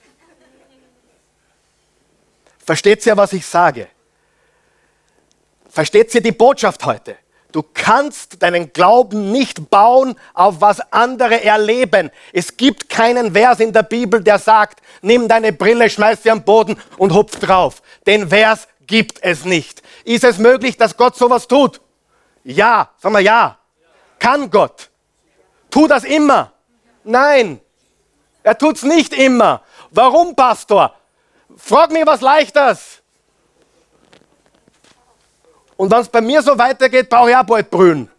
Versteht ihr, was ich sage? Versteht ihr die Botschaft heute? Du kannst deinen Glauben nicht bauen auf was andere erleben. Es gibt keinen Vers in der Bibel, der sagt, nimm deine Brille, schmeiß sie am Boden und hupf drauf. Den Vers gibt es nicht. Ist es möglich, dass Gott sowas tut? Ja, sagen wir ja. Kann Gott? Tu das immer? Nein, er tut es nicht immer. Warum, Pastor? Frag mich was Leichtes. Und wenn es bei mir so weitergeht, brauche ich auch bald brüllen.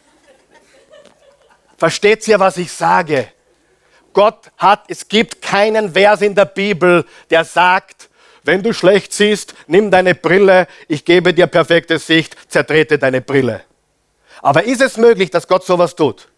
Versteht ihr, was ich sage? Es gibt keinen Vers in der Bibel, der sagt, wenn du schlecht siehst, nimm deine Brille, ich gebe dir perfekte Sicht, zertrete deine Brille. Aber ist es möglich, dass Gott sowas tut?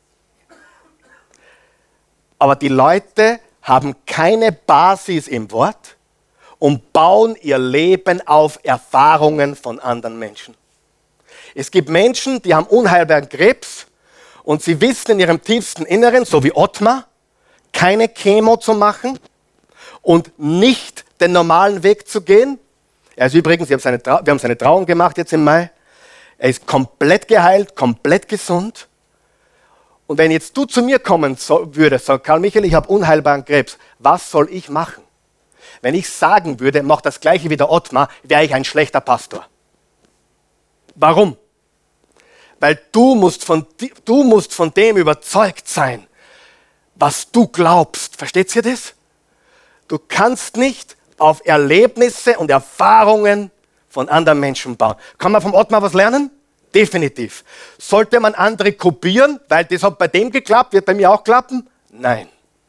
Aber die Leute haben keine Basis im Wort und bauen ihr Leben auf Erfahrungen von anderen Menschen. Es gibt Menschen, die haben unheilbaren Krebs und sie wissen in ihrem tiefsten Inneren, so wie Ottmar, keine Chemo zu machen und nicht den normalen Weg zu gehen. Er ist übrigens, wir haben seine Trauung gemacht jetzt im Mai. Er ist komplett geheilt, komplett gesund. Und wenn jetzt du zu mir kommen würdest, sag Karl Michael, ich habe unheilbaren Krebs, was soll ich machen? Wenn ich sagen würde, mach das gleiche wie der Ottmar, wäre ich ein schlechter Pastor. Warum? Weil du musst von dem überzeugt sein, was du glaubst. Versteht ihr das? Du kannst nicht auf Erlebnisse und Erfahrungen von anderen Menschen bauen. Kann man vom Ottmar was lernen? Definitiv. Sollte man andere kopieren, weil das hat bei dem geklappt, wird bei mir auch klappen? Nein.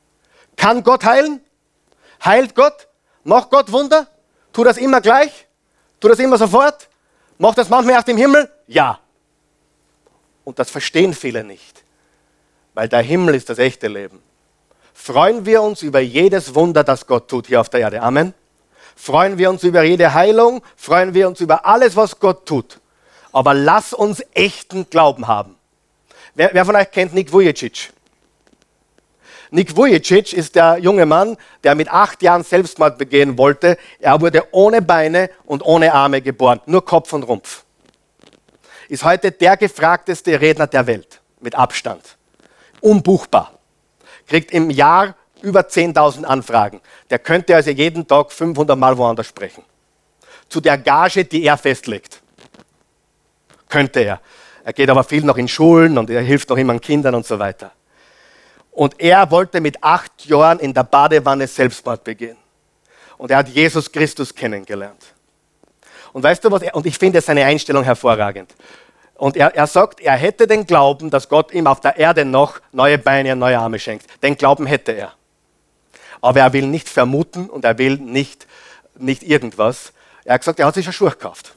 Kann Gott heilen? Heilt Gott? Macht Gott Wunder? Tut das immer gleich? Tut das immer sofort? Macht das manchmal erst im Himmel? Ja. Und das verstehen viele nicht, weil der Himmel ist das echte Leben. Freuen wir uns über jedes Wunder, das Gott tut hier auf der Erde. Amen. Freuen wir uns über jede Heilung, freuen wir uns über alles, was Gott tut. Aber lass uns echten Glauben haben. Wer von euch kennt Nick Vujicic? Nick Vujicic ist der junge Mann, der mit 8 Jahren Selbstmord begehen wollte. Er wurde ohne Beine und ohne Arme geboren, nur Kopf und Rumpf. Ist heute der gefragteste Redner der Welt, mit Abstand. Unbuchbar. Kriegt im Jahr über 10.000 Anfragen. Der könnte also jeden Tag 500 Mal woanders sprechen. Zu der Gage, die er festlegt. Könnte er. Er geht aber viel noch in Schulen und er hilft noch immer Kindern und so weiter. Und er wollte mit 8 Jahren in der Badewanne Selbstmord begehen. Und er hat Jesus Christus kennengelernt. Und weißt du was? Und ich finde seine Einstellung hervorragend. Und er sagt, er hätte den Glauben, dass Gott ihm auf der Erde noch neue Beine und neue Arme schenkt. Den Glauben hätte er. Aber er will nicht vermuten und er will nicht irgendwas. Er hat gesagt, er hat sich eine Schuhe gekauft.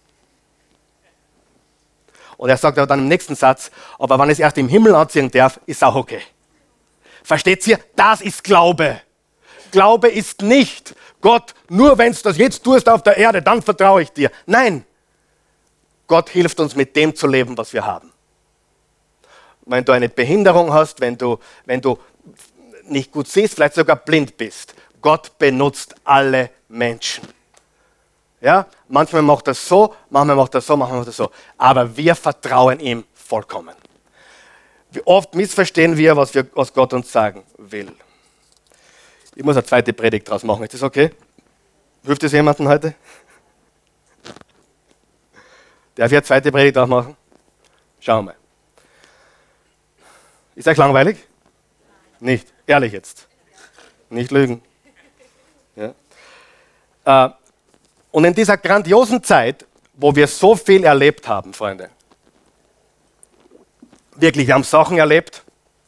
Und er sagt aber dann im nächsten Satz, aber wenn ich es erst im Himmel anziehen darf, ist auch okay. Versteht ihr? Das ist Glaube. Glaube ist nicht, Gott, nur wenn du das jetzt tust auf der Erde, dann vertraue ich dir. Nein, Gott hilft uns mit dem zu leben, was wir haben. Wenn du eine Behinderung hast, wenn du nicht gut siehst, vielleicht sogar blind bist, Gott benutzt alle Menschen. Ja? Manchmal macht er so, manchmal macht er so, manchmal macht er so. Aber wir vertrauen ihm vollkommen. Wie oft missverstehen wir, was Gott uns sagen will. Ich muss eine zweite Predigt draus machen. Ist das okay? Hilft das jemandem heute? Darf ich eine zweite Predigt draus machen? Schauen wir mal. Ist euch langweilig? Nicht. Ehrlich jetzt. Nicht lügen. Ja. Und in dieser grandiosen Zeit, wo wir so viel erlebt haben, Freunde, wirklich, wir haben Sachen erlebt.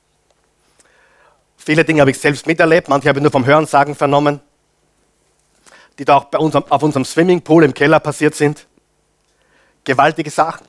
Viele Dinge habe ich selbst miterlebt, manche habe ich nur vom Hörensagen vernommen, die da auch bei uns auf unserem Swimmingpool im Keller passiert sind. Gewaltige Sachen.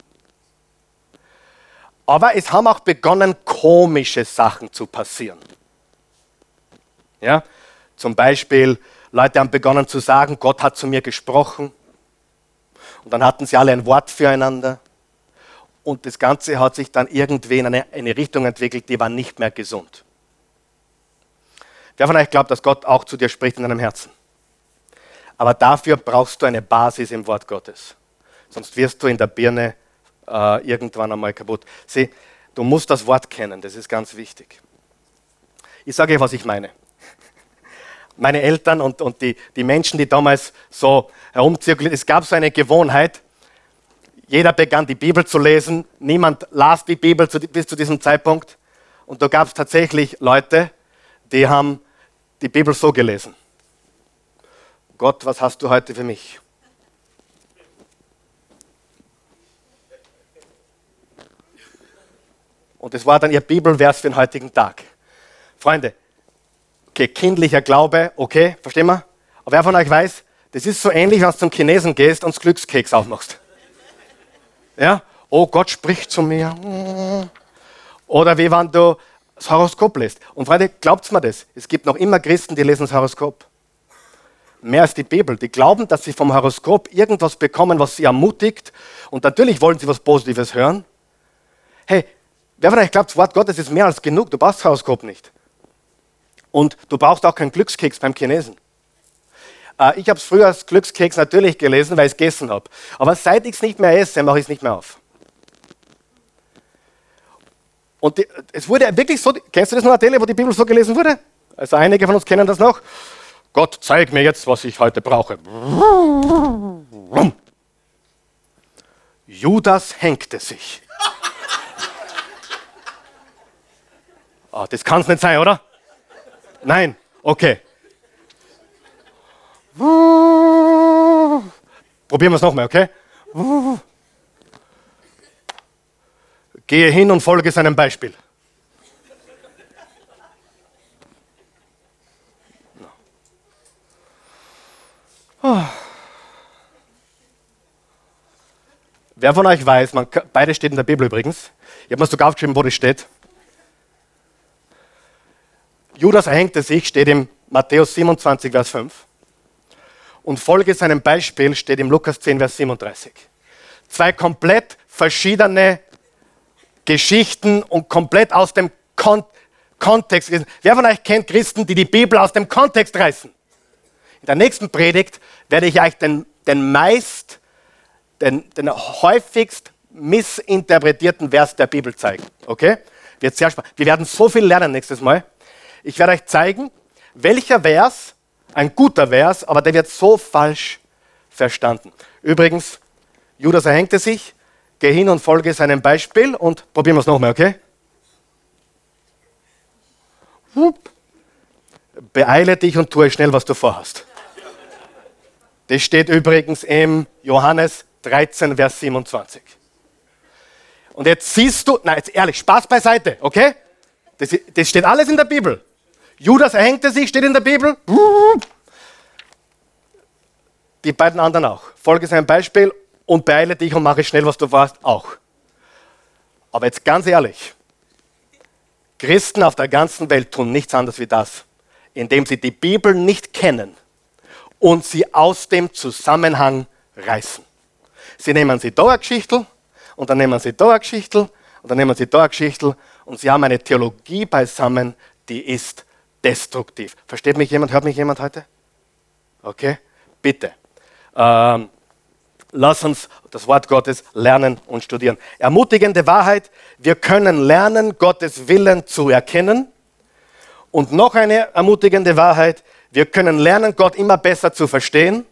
Aber es haben auch begonnen, komische Sachen zu passieren. Ja? Zum Beispiel, Leute haben begonnen zu sagen, Gott hat zu mir gesprochen. Und dann hatten sie alle ein Wort füreinander. Und das Ganze hat sich dann irgendwie in eine Richtung entwickelt, die war nicht mehr gesund. Wer von euch glaubt, dass Gott auch zu dir spricht in deinem Herzen? Aber dafür brauchst du eine Basis im Wort Gottes. Sonst wirst du in der Birne irgendwann einmal kaputt. Sieh, du musst das Wort kennen, das ist ganz wichtig. Ich sage euch, was ich meine. Meine Eltern und die Menschen, die damals so herumzirkuliert, es gab so eine Gewohnheit, jeder begann die Bibel zu lesen, niemand las die Bibel bis zu diesem Zeitpunkt. Und da gab es tatsächlich Leute, die haben die Bibel so gelesen. Gott, was hast du heute für mich? Und das war dann ihr Bibelvers für den heutigen Tag. Freunde, okay, kindlicher Glaube, okay, verstehen wir? Aber wer von euch weiß, das ist so ähnlich, wenn du zum Chinesen gehst und das Glückskeks aufmachst. Ja? Oh, Gott spricht zu mir. Oder wie wenn du das Horoskop liest. Und Freunde, glaubt mir das, es gibt noch immer Christen, die lesen das Horoskop. Mehr als die Bibel. Die glauben, dass sie vom Horoskop irgendwas bekommen, was sie ermutigt. Und natürlich wollen sie was Positives hören. Hey, wer von euch glaubt, das Wort Gottes ist mehr als genug. Du brauchst das Horoskop nicht. Und du brauchst auch keinen Glückskeks beim Chinesen. Ich habe es früher als Glückskeks natürlich gelesen, weil ich es gegessen habe. Aber seit ich es nicht mehr esse, mache ich es nicht mehr auf. Und es wurde wirklich so, kennst du das noch, Adele, wo die Bibel so gelesen wurde? Also einige von uns kennen das noch. Gott, zeig mir jetzt, was ich heute brauche. Judas hängte sich. Oh, das kann es nicht sein, oder? Nein, okay. Probieren wir es nochmal, okay? Gehe hin und folge seinem Beispiel. Wer von euch weiß, beides steht in der Bibel übrigens. Ich habe mir sogar aufgeschrieben, wo das steht. Judas erhängte sich, steht im Matthäus 27, Vers 5. Und folge seinem Beispiel steht im Lukas 10, Vers 37. Zwei komplett verschiedene Geschichten und komplett aus dem Kontext. Wer von euch kennt Christen, die die Bibel aus dem Kontext reißen? In der nächsten Predigt werde ich euch den häufigst missinterpretierten Vers der Bibel zeigen. Okay? Wird sehr spannend. Wir werden so viel lernen nächstes Mal. Ich werde euch zeigen, welcher Vers, ein guter Vers, aber der wird so falsch verstanden. Übrigens, Judas erhängte sich, geh hin und folge seinem Beispiel und probieren wir es nochmal, okay? Beeile dich und tue schnell, was du vorhast. Das steht übrigens im Johannes 13, Vers 27. Und jetzt siehst du, nein, jetzt ehrlich, Spaß beiseite, okay? Das steht alles in der Bibel. Judas erhängte sich, steht in der Bibel. Die beiden anderen auch. Folge seinem Beispiel und beeile dich und mache schnell, was du vorhast, auch. Aber jetzt ganz ehrlich, Christen auf der ganzen Welt tun nichts anderes wie das, indem sie die Bibel nicht kennen und sie aus dem Zusammenhang reißen. Sie nehmen sie da eine Geschichte und dann nehmen sie da eine Geschichte und dann nehmen sie da eine Geschichte und sie haben eine Theologie beisammen, die ist destruktiv. Versteht mich jemand? Hört mich jemand heute? Okay? Bitte. Lass uns das Wort Gottes lernen und studieren. Ermutigende Wahrheit, wir können lernen, Gottes Willen zu erkennen. Und noch eine ermutigende Wahrheit, wir können lernen, Gott immer besser zu verstehen.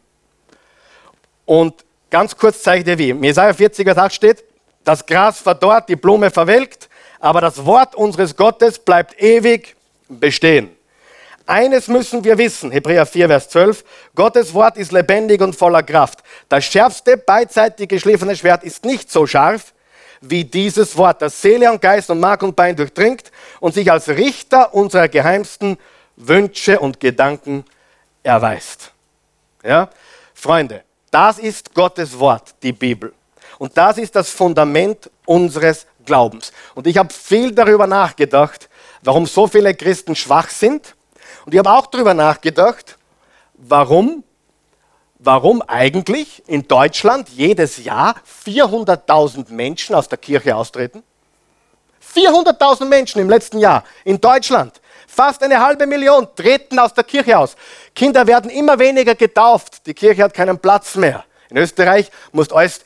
Und ganz kurz zeige ich dir wie. Im Jesaja 40, Vers 8 steht, das Gras verdorrt, die Blume verwelkt, aber das Wort unseres Gottes bleibt ewig bestehen. Eines müssen wir wissen, Hebräer 4, Vers 12, Gottes Wort ist lebendig und voller Kraft. Das schärfste, beidseitig geschliffene Schwert ist nicht so scharf wie dieses Wort, das Seele und Geist und Mark und Bein durchdringt und sich als Richter unserer geheimsten Wünsche und Gedanken erweist. Ja? Freunde, das ist Gottes Wort, die Bibel. Und das ist das Fundament unseres Glaubens. Und ich habe viel darüber nachgedacht, warum so viele Christen schwach sind. Und ich habe auch darüber nachgedacht, warum eigentlich in Deutschland jedes Jahr 400.000 Menschen aus der Kirche austreten. 400.000 Menschen im letzten Jahr in Deutschland. Fast 500.000 treten aus der Kirche aus. Kinder werden immer weniger getauft. Die Kirche hat keinen Platz mehr. In Österreich musst du alles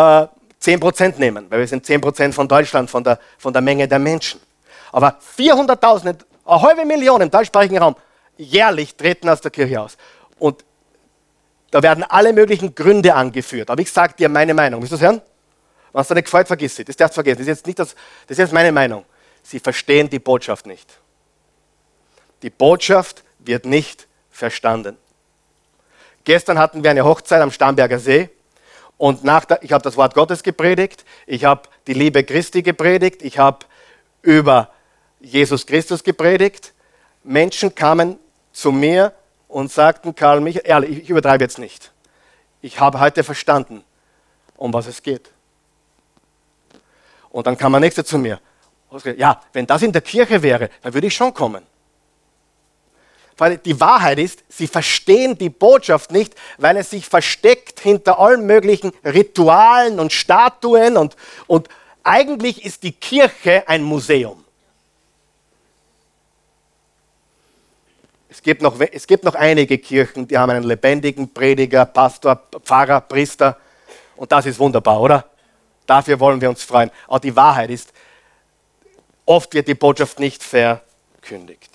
10% nehmen, weil wir sind 10% von Deutschland, von der Menge der Menschen. Aber 400.000, 500.000 im deutschsprachigen Raum, jährlich treten aus der Kirche aus. Und da werden alle möglichen Gründe angeführt. Aber ich sage dir meine Meinung. Willst du es hören? Wenn es dir nicht gefällt, vergiss sie. Das darfst du vergessen. Das ist jetzt meine Meinung. Sie verstehen die Botschaft nicht. Die Botschaft wird nicht verstanden. Gestern hatten wir eine Hochzeit am Starnberger See. Und ich habe das Wort Gottes gepredigt. Ich habe die Liebe Christi gepredigt. Ich habe über Jesus Christus gepredigt. Menschen kamen zu mir und sagten, Karl Michael, ehrlich, ich übertreibe jetzt nicht. Ich habe heute verstanden, um was es geht. Und dann kam der Nächste zu mir. Ja, wenn das in der Kirche wäre, dann würde ich schon kommen. Weil die Wahrheit ist, sie verstehen die Botschaft nicht, weil es sich versteckt hinter allen möglichen Ritualen und Statuen und eigentlich ist die Kirche ein Museum. Es gibt noch einige Kirchen, die haben einen lebendigen Prediger, Pastor, Pfarrer, Priester und das ist wunderbar, oder? Dafür wollen wir uns freuen. Aber die Wahrheit ist, oft wird die Botschaft nicht verkündigt.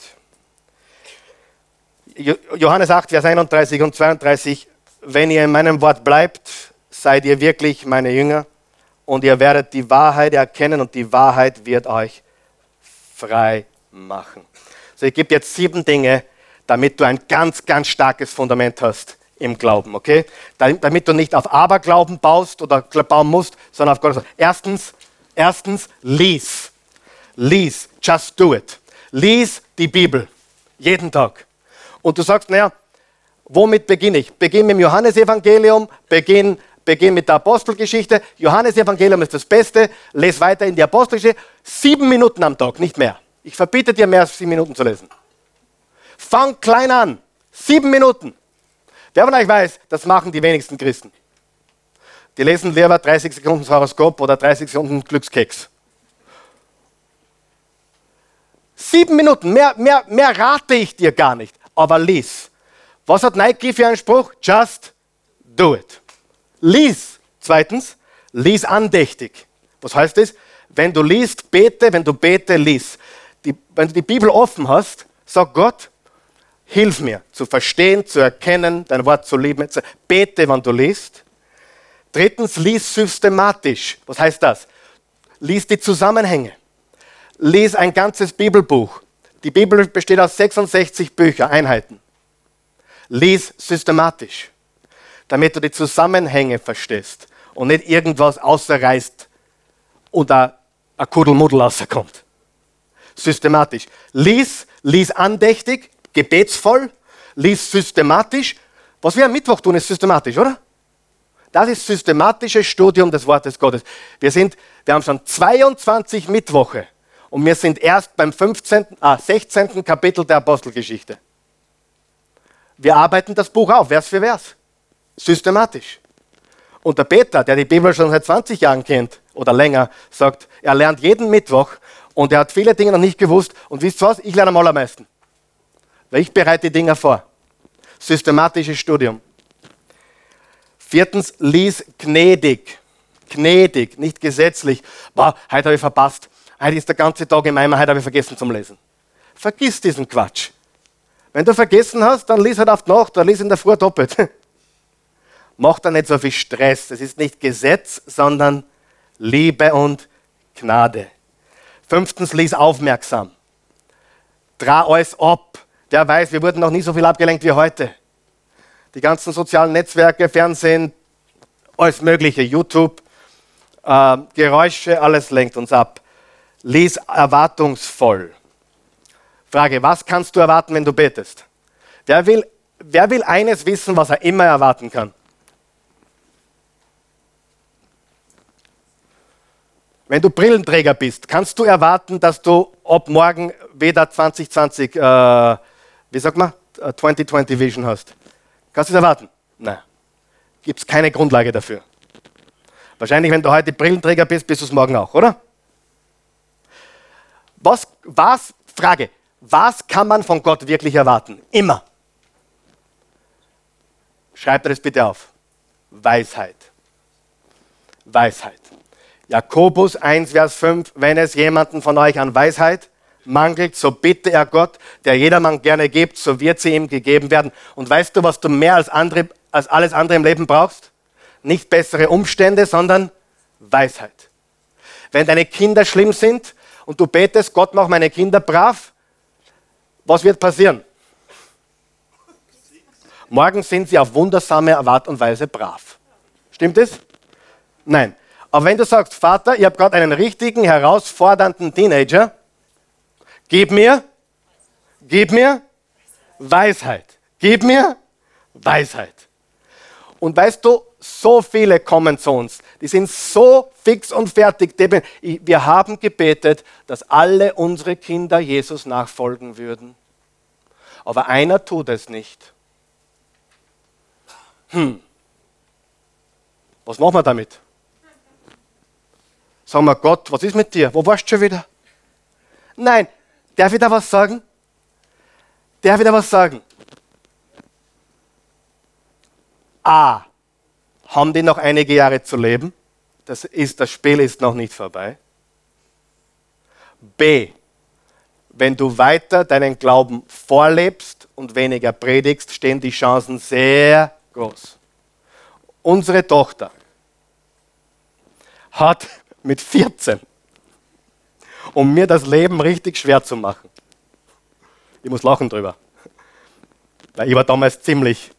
Johannes 8, Vers 31 und 32, wenn ihr in meinem Wort bleibt, seid ihr wirklich meine Jünger und ihr werdet die Wahrheit erkennen und die Wahrheit wird euch frei machen. So, ich gebe jetzt 7 Dinge, damit du ein ganz, ganz starkes Fundament hast im Glauben, okay? Damit du nicht auf Aberglauben baust oder bauen musst, sondern auf Gottes. Erstens, lies. Lies, just do it. Lies die Bibel, jeden Tag. Und du sagst, naja, Womit beginne ich? Beginne mit dem Johannesevangelium, beginne mit der Apostelgeschichte. Johannesevangelium ist das Beste. Lese weiter in die Apostelgeschichte. 7 Minuten am Tag, nicht mehr. Ich verbiete dir, mehr als 7 Minuten zu lesen. Fang klein an. 7 Minuten. Wer von euch weiß, das machen die wenigsten Christen. Die lesen lieber 30 Sekunden Horoskop oder 30 Sekunden Glückskeks. 7 Minuten, mehr rate ich dir gar nicht. Aber lies. Was hat Nike für einen Spruch? Just do it. Lies. Zweitens, lies andächtig. Was heißt das? Wenn du liest, bete, wenn du bete, lies. Wenn du die Bibel offen hast, sag Gott, hilf mir zu verstehen, zu erkennen, dein Wort zu lieben. Bete, wenn du liest. Drittens, lies systematisch. Was heißt das? Lies die Zusammenhänge. Lies ein ganzes Bibelbuch. Die Bibel besteht aus 66 Büchern, Einheiten. Lies systematisch, damit du die Zusammenhänge verstehst und nicht irgendwas außerreißt oder ein Kuddelmuddel rauskommt. Systematisch. Lies andächtig, gebetsvoll, lies systematisch. Was wir am Mittwoch tun, ist systematisch, oder? Das ist systematisches Studium des Wortes Gottes. Wir haben schon 22 Mittwoche und wir sind erst beim 16. Kapitel der Apostelgeschichte. Wir arbeiten das Buch auf, Vers für Vers. Systematisch. Und der Peter, der die Bibel schon seit 20 Jahren kennt oder länger, sagt, er lernt jeden Mittwoch und er hat viele Dinge noch nicht gewusst. Und wisst ihr was? Ich lerne am allermeisten. Weil ich bereite die Dinge vor. Systematisches Studium. Viertens, lies gnädig. Gnädig, nicht gesetzlich. Boah, heute habe ich verpasst. Heute ist der ganze Tag im Eimer, heute habe ich vergessen zum Lesen. Vergiss diesen Quatsch. Wenn du vergessen hast, dann lies halt auf die Nacht, dann lies in der Früh doppelt. Mach da nicht so viel Stress. Es ist nicht Gesetz, sondern Liebe und Gnade. Fünftens, lies aufmerksam. Trau alles ab. Wer weiß, wir wurden noch nie so viel abgelenkt wie heute. Die ganzen sozialen Netzwerke, Fernsehen, alles Mögliche, YouTube, Geräusche, alles lenkt uns ab. Lies erwartungsvoll. Frage, was kannst du erwarten, wenn du betest? Wer will eines wissen, was er immer erwarten kann? Wenn du Brillenträger bist, kannst du erwarten, dass du ab morgen weder 2020, 2020 Vision hast? Kannst du es erwarten? Nein. Gibt es keine Grundlage dafür. Wahrscheinlich, wenn du heute Brillenträger bist, bist du es morgen auch, oder? Frage, was kann man von Gott wirklich erwarten? Immer. Schreibt das bitte auf. Weisheit. Weisheit. Jakobus 1, Vers 5, wenn es jemanden von euch an Weisheit mangelt, so bitte er Gott, der jedermann gerne gibt, so wird sie ihm gegeben werden. Und weißt du, was du mehr als alles andere im Leben brauchst? Nicht bessere Umstände, sondern Weisheit. Wenn deine Kinder schlimm sind und du betest, Gott, mach meine Kinder brav, was wird passieren? Morgen sind sie auf wundersame Art und Weise brav. Stimmt es? Nein. Aber wenn du sagst, Vater, ich habe gerade einen richtigen, herausfordernden Teenager, gib mir Weisheit. Gib mir Weisheit. Und weißt du, so viele kommen zu uns, die sind so fix und fertig. Wir haben gebetet, dass alle unsere Kinder Jesus nachfolgen würden. Aber einer tut es nicht. Was machen wir damit? Sagen wir, Gott, was ist mit dir? Wo warst du schon wieder? Nein, darf ich da was sagen? Darf ich da was sagen? A, haben die noch einige Jahre zu leben? Das Spiel ist noch nicht vorbei. B, wenn du weiter deinen Glauben vorlebst und weniger predigst, stehen die Chancen sehr groß. Unsere Tochter hat mit 14, um mir das Leben richtig schwer zu machen. Ich muss lachen drüber. Weil ich war damals ziemlich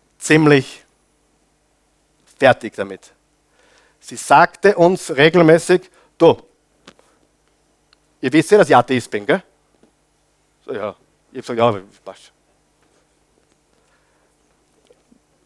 fertig damit. Sie sagte uns regelmäßig, du, ihr wisst ja, dass ich Atheist bin, gell? So, ja. Ich habe gesagt, ja, passt.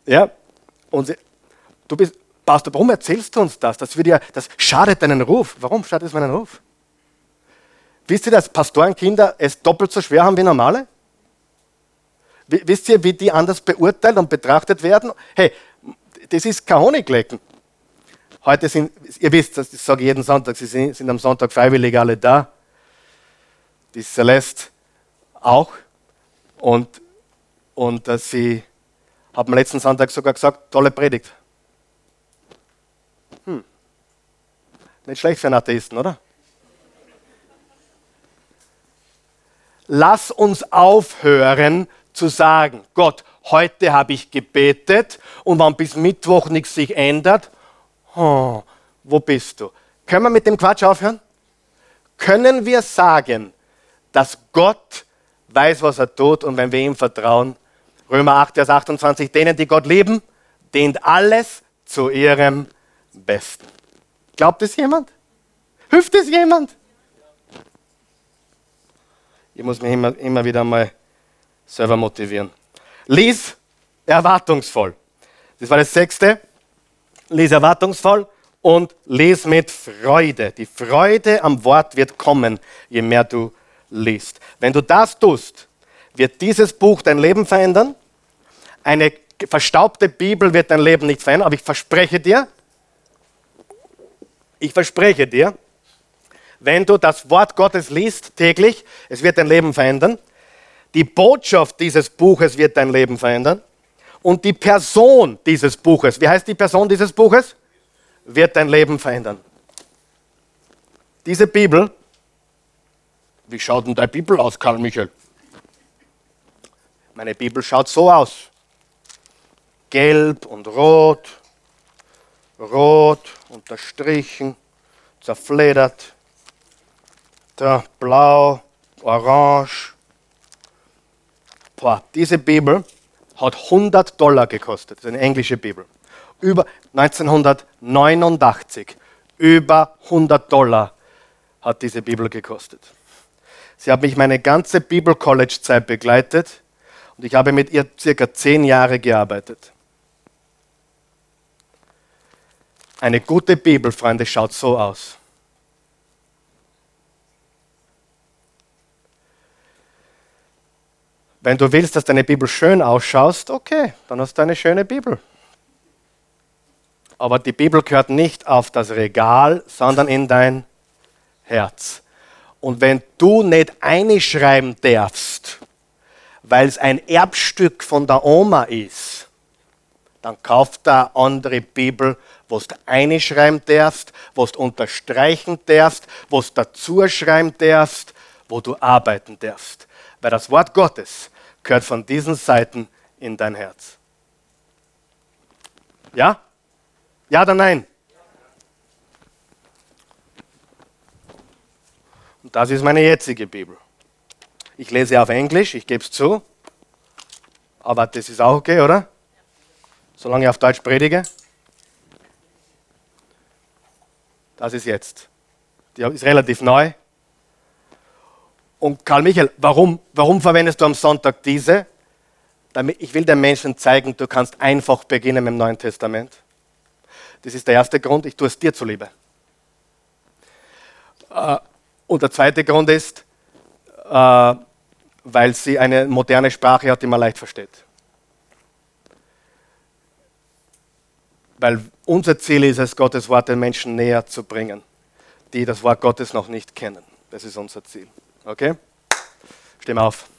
Ja, und du bist, Pastor, warum erzählst du uns das? Das schadet deinen Ruf. Warum schadet es meinen Ruf? Wisst ihr, dass Pastorenkinder es doppelt so schwer haben wie normale? Wisst ihr, wie die anders beurteilt und betrachtet werden? Hey, das ist kein Honiglecken. Heute sind, ihr wisst, das sage ich jeden Sonntag, sie sind am Sonntag freiwillig alle da. Die Celeste auch. Und sie haben letzten Sonntag sogar gesagt, tolle Predigt. Nicht schlecht für einen Atheisten, oder? Lass uns aufhören zu sagen, Gott, heute habe ich gebetet und wenn bis Mittwoch nichts sich ändert, wo bist du? Können wir mit dem Quatsch aufhören? Können wir sagen, dass Gott weiß, was er tut und wenn wir ihm vertrauen, Römer 8, Vers 28, denen, die Gott lieben, dient alles zu ihrem Besten. Glaubt es jemand? Hilft es jemand? Ich muss mich immer wieder mal selber motivieren. Lies erwartungsvoll. Das war das 6. Lies erwartungsvoll und lies mit Freude. Die Freude am Wort wird kommen, je mehr du liest. Wenn du das tust, wird dieses Buch dein Leben verändern. Eine verstaubte Bibel wird dein Leben nicht verändern, aber ich verspreche dir, wenn du das Wort Gottes liest täglich, es wird dein Leben verändern. Die Botschaft dieses Buches wird dein Leben verändern. Und die Person dieses Buches, wie heißt die Person dieses Buches? Wird dein Leben verändern. Diese Bibel, wie schaut denn deine Bibel aus, Karl Michael? Meine Bibel schaut so aus. Gelb und rot, rot unterstrichen, zerfledert, da blau, orange. Boah, diese Bibel hat $100 gekostet. Das ist eine englische Bibel. Über 1989. Über $100 hat diese Bibel gekostet. Sie hat mich meine ganze Bibel-College-Zeit begleitet und ich habe mit ihr circa 10 Jahre gearbeitet. Eine gute Bibel, Freunde, schaut so aus. Wenn du willst, dass deine Bibel schön ausschaut, okay, dann hast du eine schöne Bibel. Aber die Bibel gehört nicht auf das Regal, sondern in dein Herz. Und wenn du nicht einschreiben darfst, weil es ein Erbstück von der Oma ist, dann kauf da eine andere Bibel, wo du einschreiben darfst, wo du unterstreichen darfst, wo du dazu schreiben darfst, wo du arbeiten darfst. Weil das Wort Gottes gehört von diesen Seiten in dein Herz. Ja? Ja oder nein? Und das ist meine jetzige Bibel. Ich lese auf Englisch, ich gebe es zu. Aber das ist auch okay, oder? Solange ich auf Deutsch predige. Das ist jetzt. Die ist relativ neu. Und Karl Michael, warum verwendest du am Sonntag diese? Ich will den Menschen zeigen, du kannst einfach beginnen mit dem Neuen Testament. Das ist der erste Grund, ich tue es dir zuliebe. Und der zweite Grund ist, weil sie eine moderne Sprache hat, die man leicht versteht. Weil unser Ziel ist es, Gottes Wort den Menschen näher zu bringen, die das Wort Gottes noch nicht kennen. Das ist unser Ziel. Okay? Steh mal auf.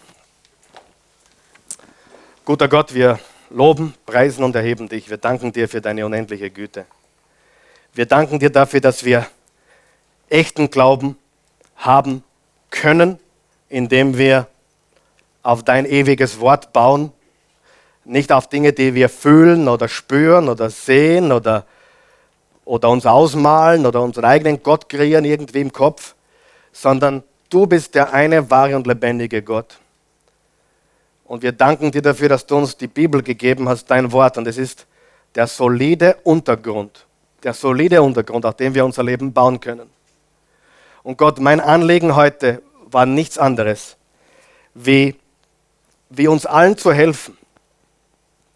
Guter Gott, wir loben, preisen und erheben dich. Wir danken dir für deine unendliche Güte. Wir danken dir dafür, dass wir echten Glauben haben können, indem wir auf dein ewiges Wort bauen, nicht auf Dinge, die wir fühlen oder spüren oder sehen oder uns ausmalen oder unseren eigenen Gott kreieren irgendwie im Kopf, sondern du bist der eine wahre und lebendige Gott. Und wir danken dir dafür, dass du uns die Bibel gegeben hast, dein Wort. Und es ist der solide Untergrund, auf dem wir unser Leben bauen können. Und Gott, mein Anliegen heute war nichts anderes, wie uns allen zu helfen,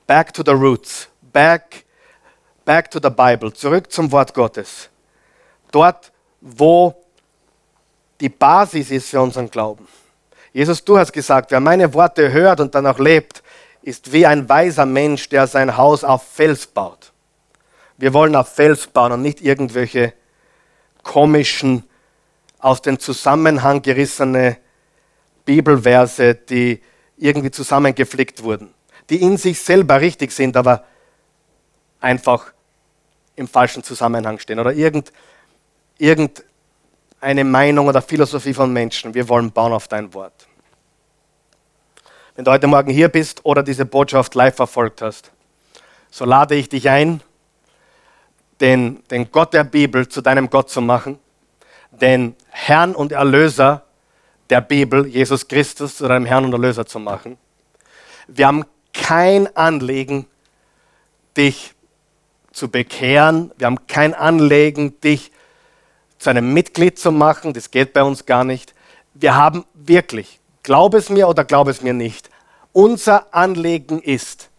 Back to the roots. Back to the Bible. Zurück zum Wort Gottes. Dort, wo die Basis ist für unseren Glauben. Jesus, du hast gesagt, wer meine Worte hört und danach lebt, ist wie ein weiser Mensch, der sein Haus auf Fels baut. Wir wollen auf Fels bauen und nicht irgendwelche komischen, aus dem Zusammenhang gerissene Bibelverse, die irgendwie zusammengeflickt wurden, die in sich selber richtig sind, aber einfach im falschen Zusammenhang stehen oder irgendeine Meinung oder Philosophie von Menschen. Wir wollen bauen auf dein Wort. Wenn du heute Morgen hier bist oder diese Botschaft live verfolgt hast, so lade ich dich ein, den Gott der Bibel zu deinem Gott zu machen, den Herrn und Erlöser der Bibel, Jesus Christus, zu deinem Herrn und Erlöser zu machen. Wir haben kein Anliegen, dich zu bekehren. Wir haben kein Anliegen, dich zu einem Mitglied zu machen. Das geht bei uns gar nicht. Wir haben wirklich, glaub es mir oder glaub es mir nicht, unser Anliegen ist,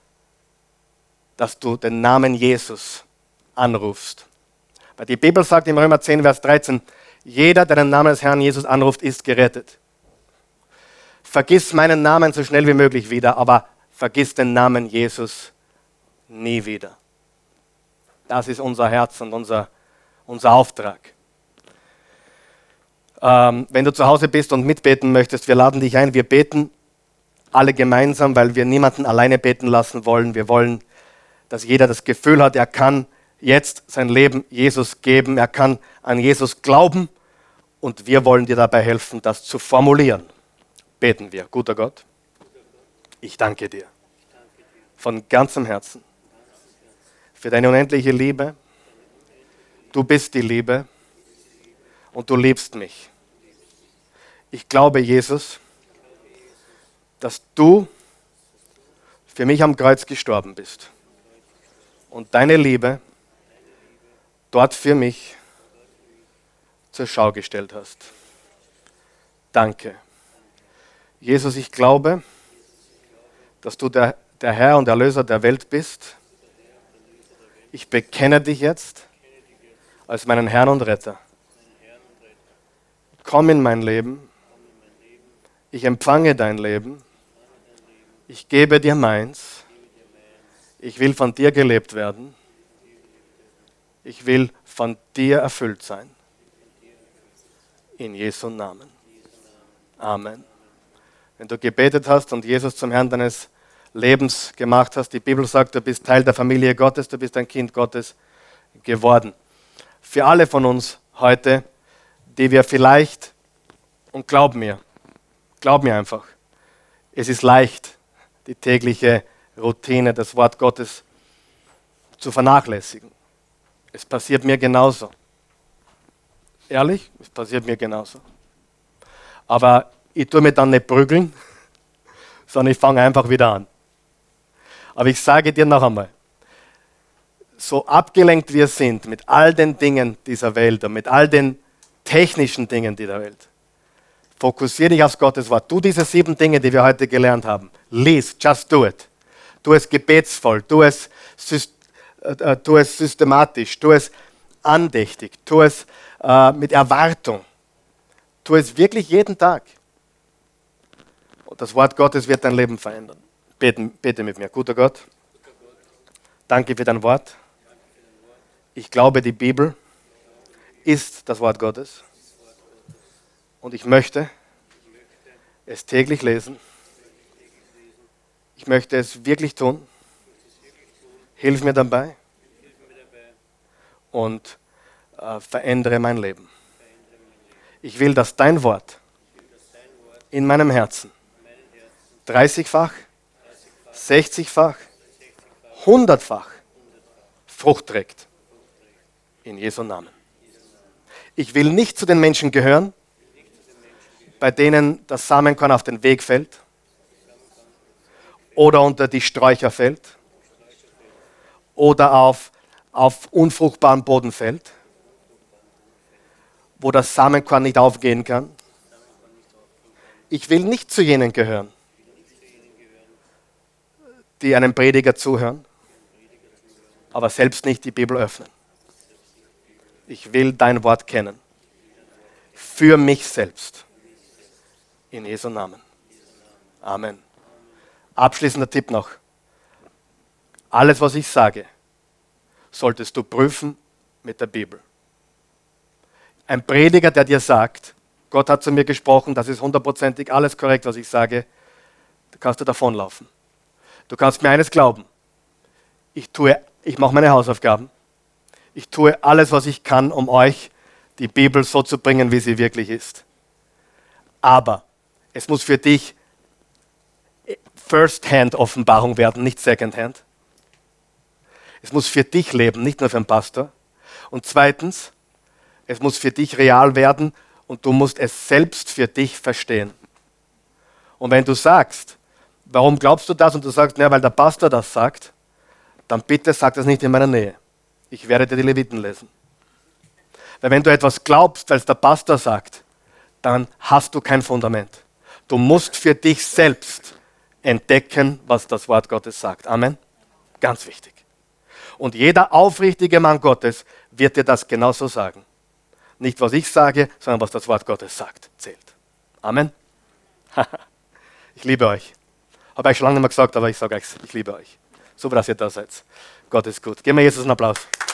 dass du den Namen Jesus anrufst. Weil die Bibel sagt im Römer 10, Vers 13, jeder, der den Namen des Herrn Jesus anruft, ist gerettet. Vergiss meinen Namen so schnell wie möglich wieder, aber vergiss den Namen Jesus nie wieder. Das ist unser Herz und unser Auftrag. Wenn du zu Hause bist und mitbeten möchtest, wir laden dich ein. Wir beten alle gemeinsam, weil wir niemanden alleine beten lassen wollen. Wir wollen, dass jeder das Gefühl hat, er kann jetzt sein Leben Jesus geben. Er kann an Jesus glauben und wir wollen dir dabei helfen, das zu formulieren. Beten wir. Guter Gott, ich danke dir von ganzem Herzen für deine unendliche Liebe. Du bist die Liebe und du liebst mich. Ich glaube, Jesus, dass du für mich am Kreuz gestorben bist und deine Liebe dort für mich zur Schau gestellt hast. Danke. Jesus, ich glaube, dass du der Herr und Erlöser der Welt bist. Ich bekenne dich jetzt als meinen Herrn und Retter. Komm in mein Leben. Ich empfange dein Leben. Ich gebe dir meins. Ich will von dir gelebt werden. Ich will von dir erfüllt sein. In Jesu Namen. Amen. Wenn du gebetet hast und Jesus zum Herrn deines Lebens gemacht hast, die Bibel sagt, du bist Teil der Familie Gottes, du bist ein Kind Gottes geworden. Für alle von uns heute, die wir vielleicht, und glaub mir einfach, es ist leicht, die tägliche Routine, das Wort Gottes zu vernachlässigen. Es passiert mir genauso. Ehrlich, es passiert mir genauso. Aber ich tue mich dann nicht prügeln, sondern ich fange einfach wieder an. Aber ich sage dir noch einmal, so abgelenkt wir sind mit all den Dingen dieser Welt und mit all den technischen Dingen dieser Welt, fokussiere dich aufs Gottes Wort. Tu diese 7 Dinge, die wir heute gelernt haben. Lies, just do it. Tu es gebetsvoll, tu es systematisch, tu es andächtig, tu es mit Erwartung. Tu es wirklich jeden Tag. Und das Wort Gottes wird dein Leben verändern. Bete mit mir. Guter Gott, danke für dein Wort. Ich glaube, die Bibel ist das Wort Gottes. Und ich möchte es täglich lesen. Ich möchte es wirklich tun. Hilf mir dabei und verändere mein Leben. Ich will, dass dein Wort in meinem Herzen 30-fach, 60-fach, 100-fach Frucht trägt. In Jesu Namen. Ich will nicht zu den Menschen gehören, bei denen das Samenkorn auf den Weg fällt oder unter die Sträucher fällt oder auf unfruchtbaren Boden fällt, wo das Samenkorn nicht aufgehen kann. Ich will nicht zu jenen gehören, die einem Prediger zuhören, aber selbst nicht die Bibel öffnen. Ich will dein Wort kennen. Für mich selbst. In Jesu Namen. Amen. Abschließender Tipp noch. Alles, was ich sage, solltest du prüfen mit der Bibel. Ein Prediger, der dir sagt, Gott hat zu mir gesprochen, das ist 100%ig alles korrekt, was ich sage, da kannst du davonlaufen. Du kannst mir eines glauben. Ich mache meine Hausaufgaben. Ich tue alles, was ich kann, um euch die Bibel so zu bringen, wie sie wirklich ist. Aber es muss für dich First-Hand-Offenbarung werden, nicht Second-Hand. Es muss für dich leben, nicht nur für den Pastor. Und zweitens, es muss für dich real werden und du musst es selbst für dich verstehen. Und wenn du sagst, warum glaubst du das? Und du sagst, weil der Pastor das sagt, dann bitte sag das nicht in meiner Nähe. Ich werde dir die Leviten lesen. Weil wenn du etwas glaubst, weil es der Pastor sagt, dann hast du kein Fundament. Du musst für dich selbst entdecken, was das Wort Gottes sagt. Amen. Ganz wichtig. Und jeder aufrichtige Mann Gottes wird dir das genauso sagen. Nicht, was ich sage, sondern was das Wort Gottes sagt, zählt. Amen. Ich liebe euch. Habe ich schon lange nicht mehr gesagt, aber ich sage euch, ich liebe euch. Super, dass ihr da seid. Gott ist gut. Geben wir Jesus einen Applaus.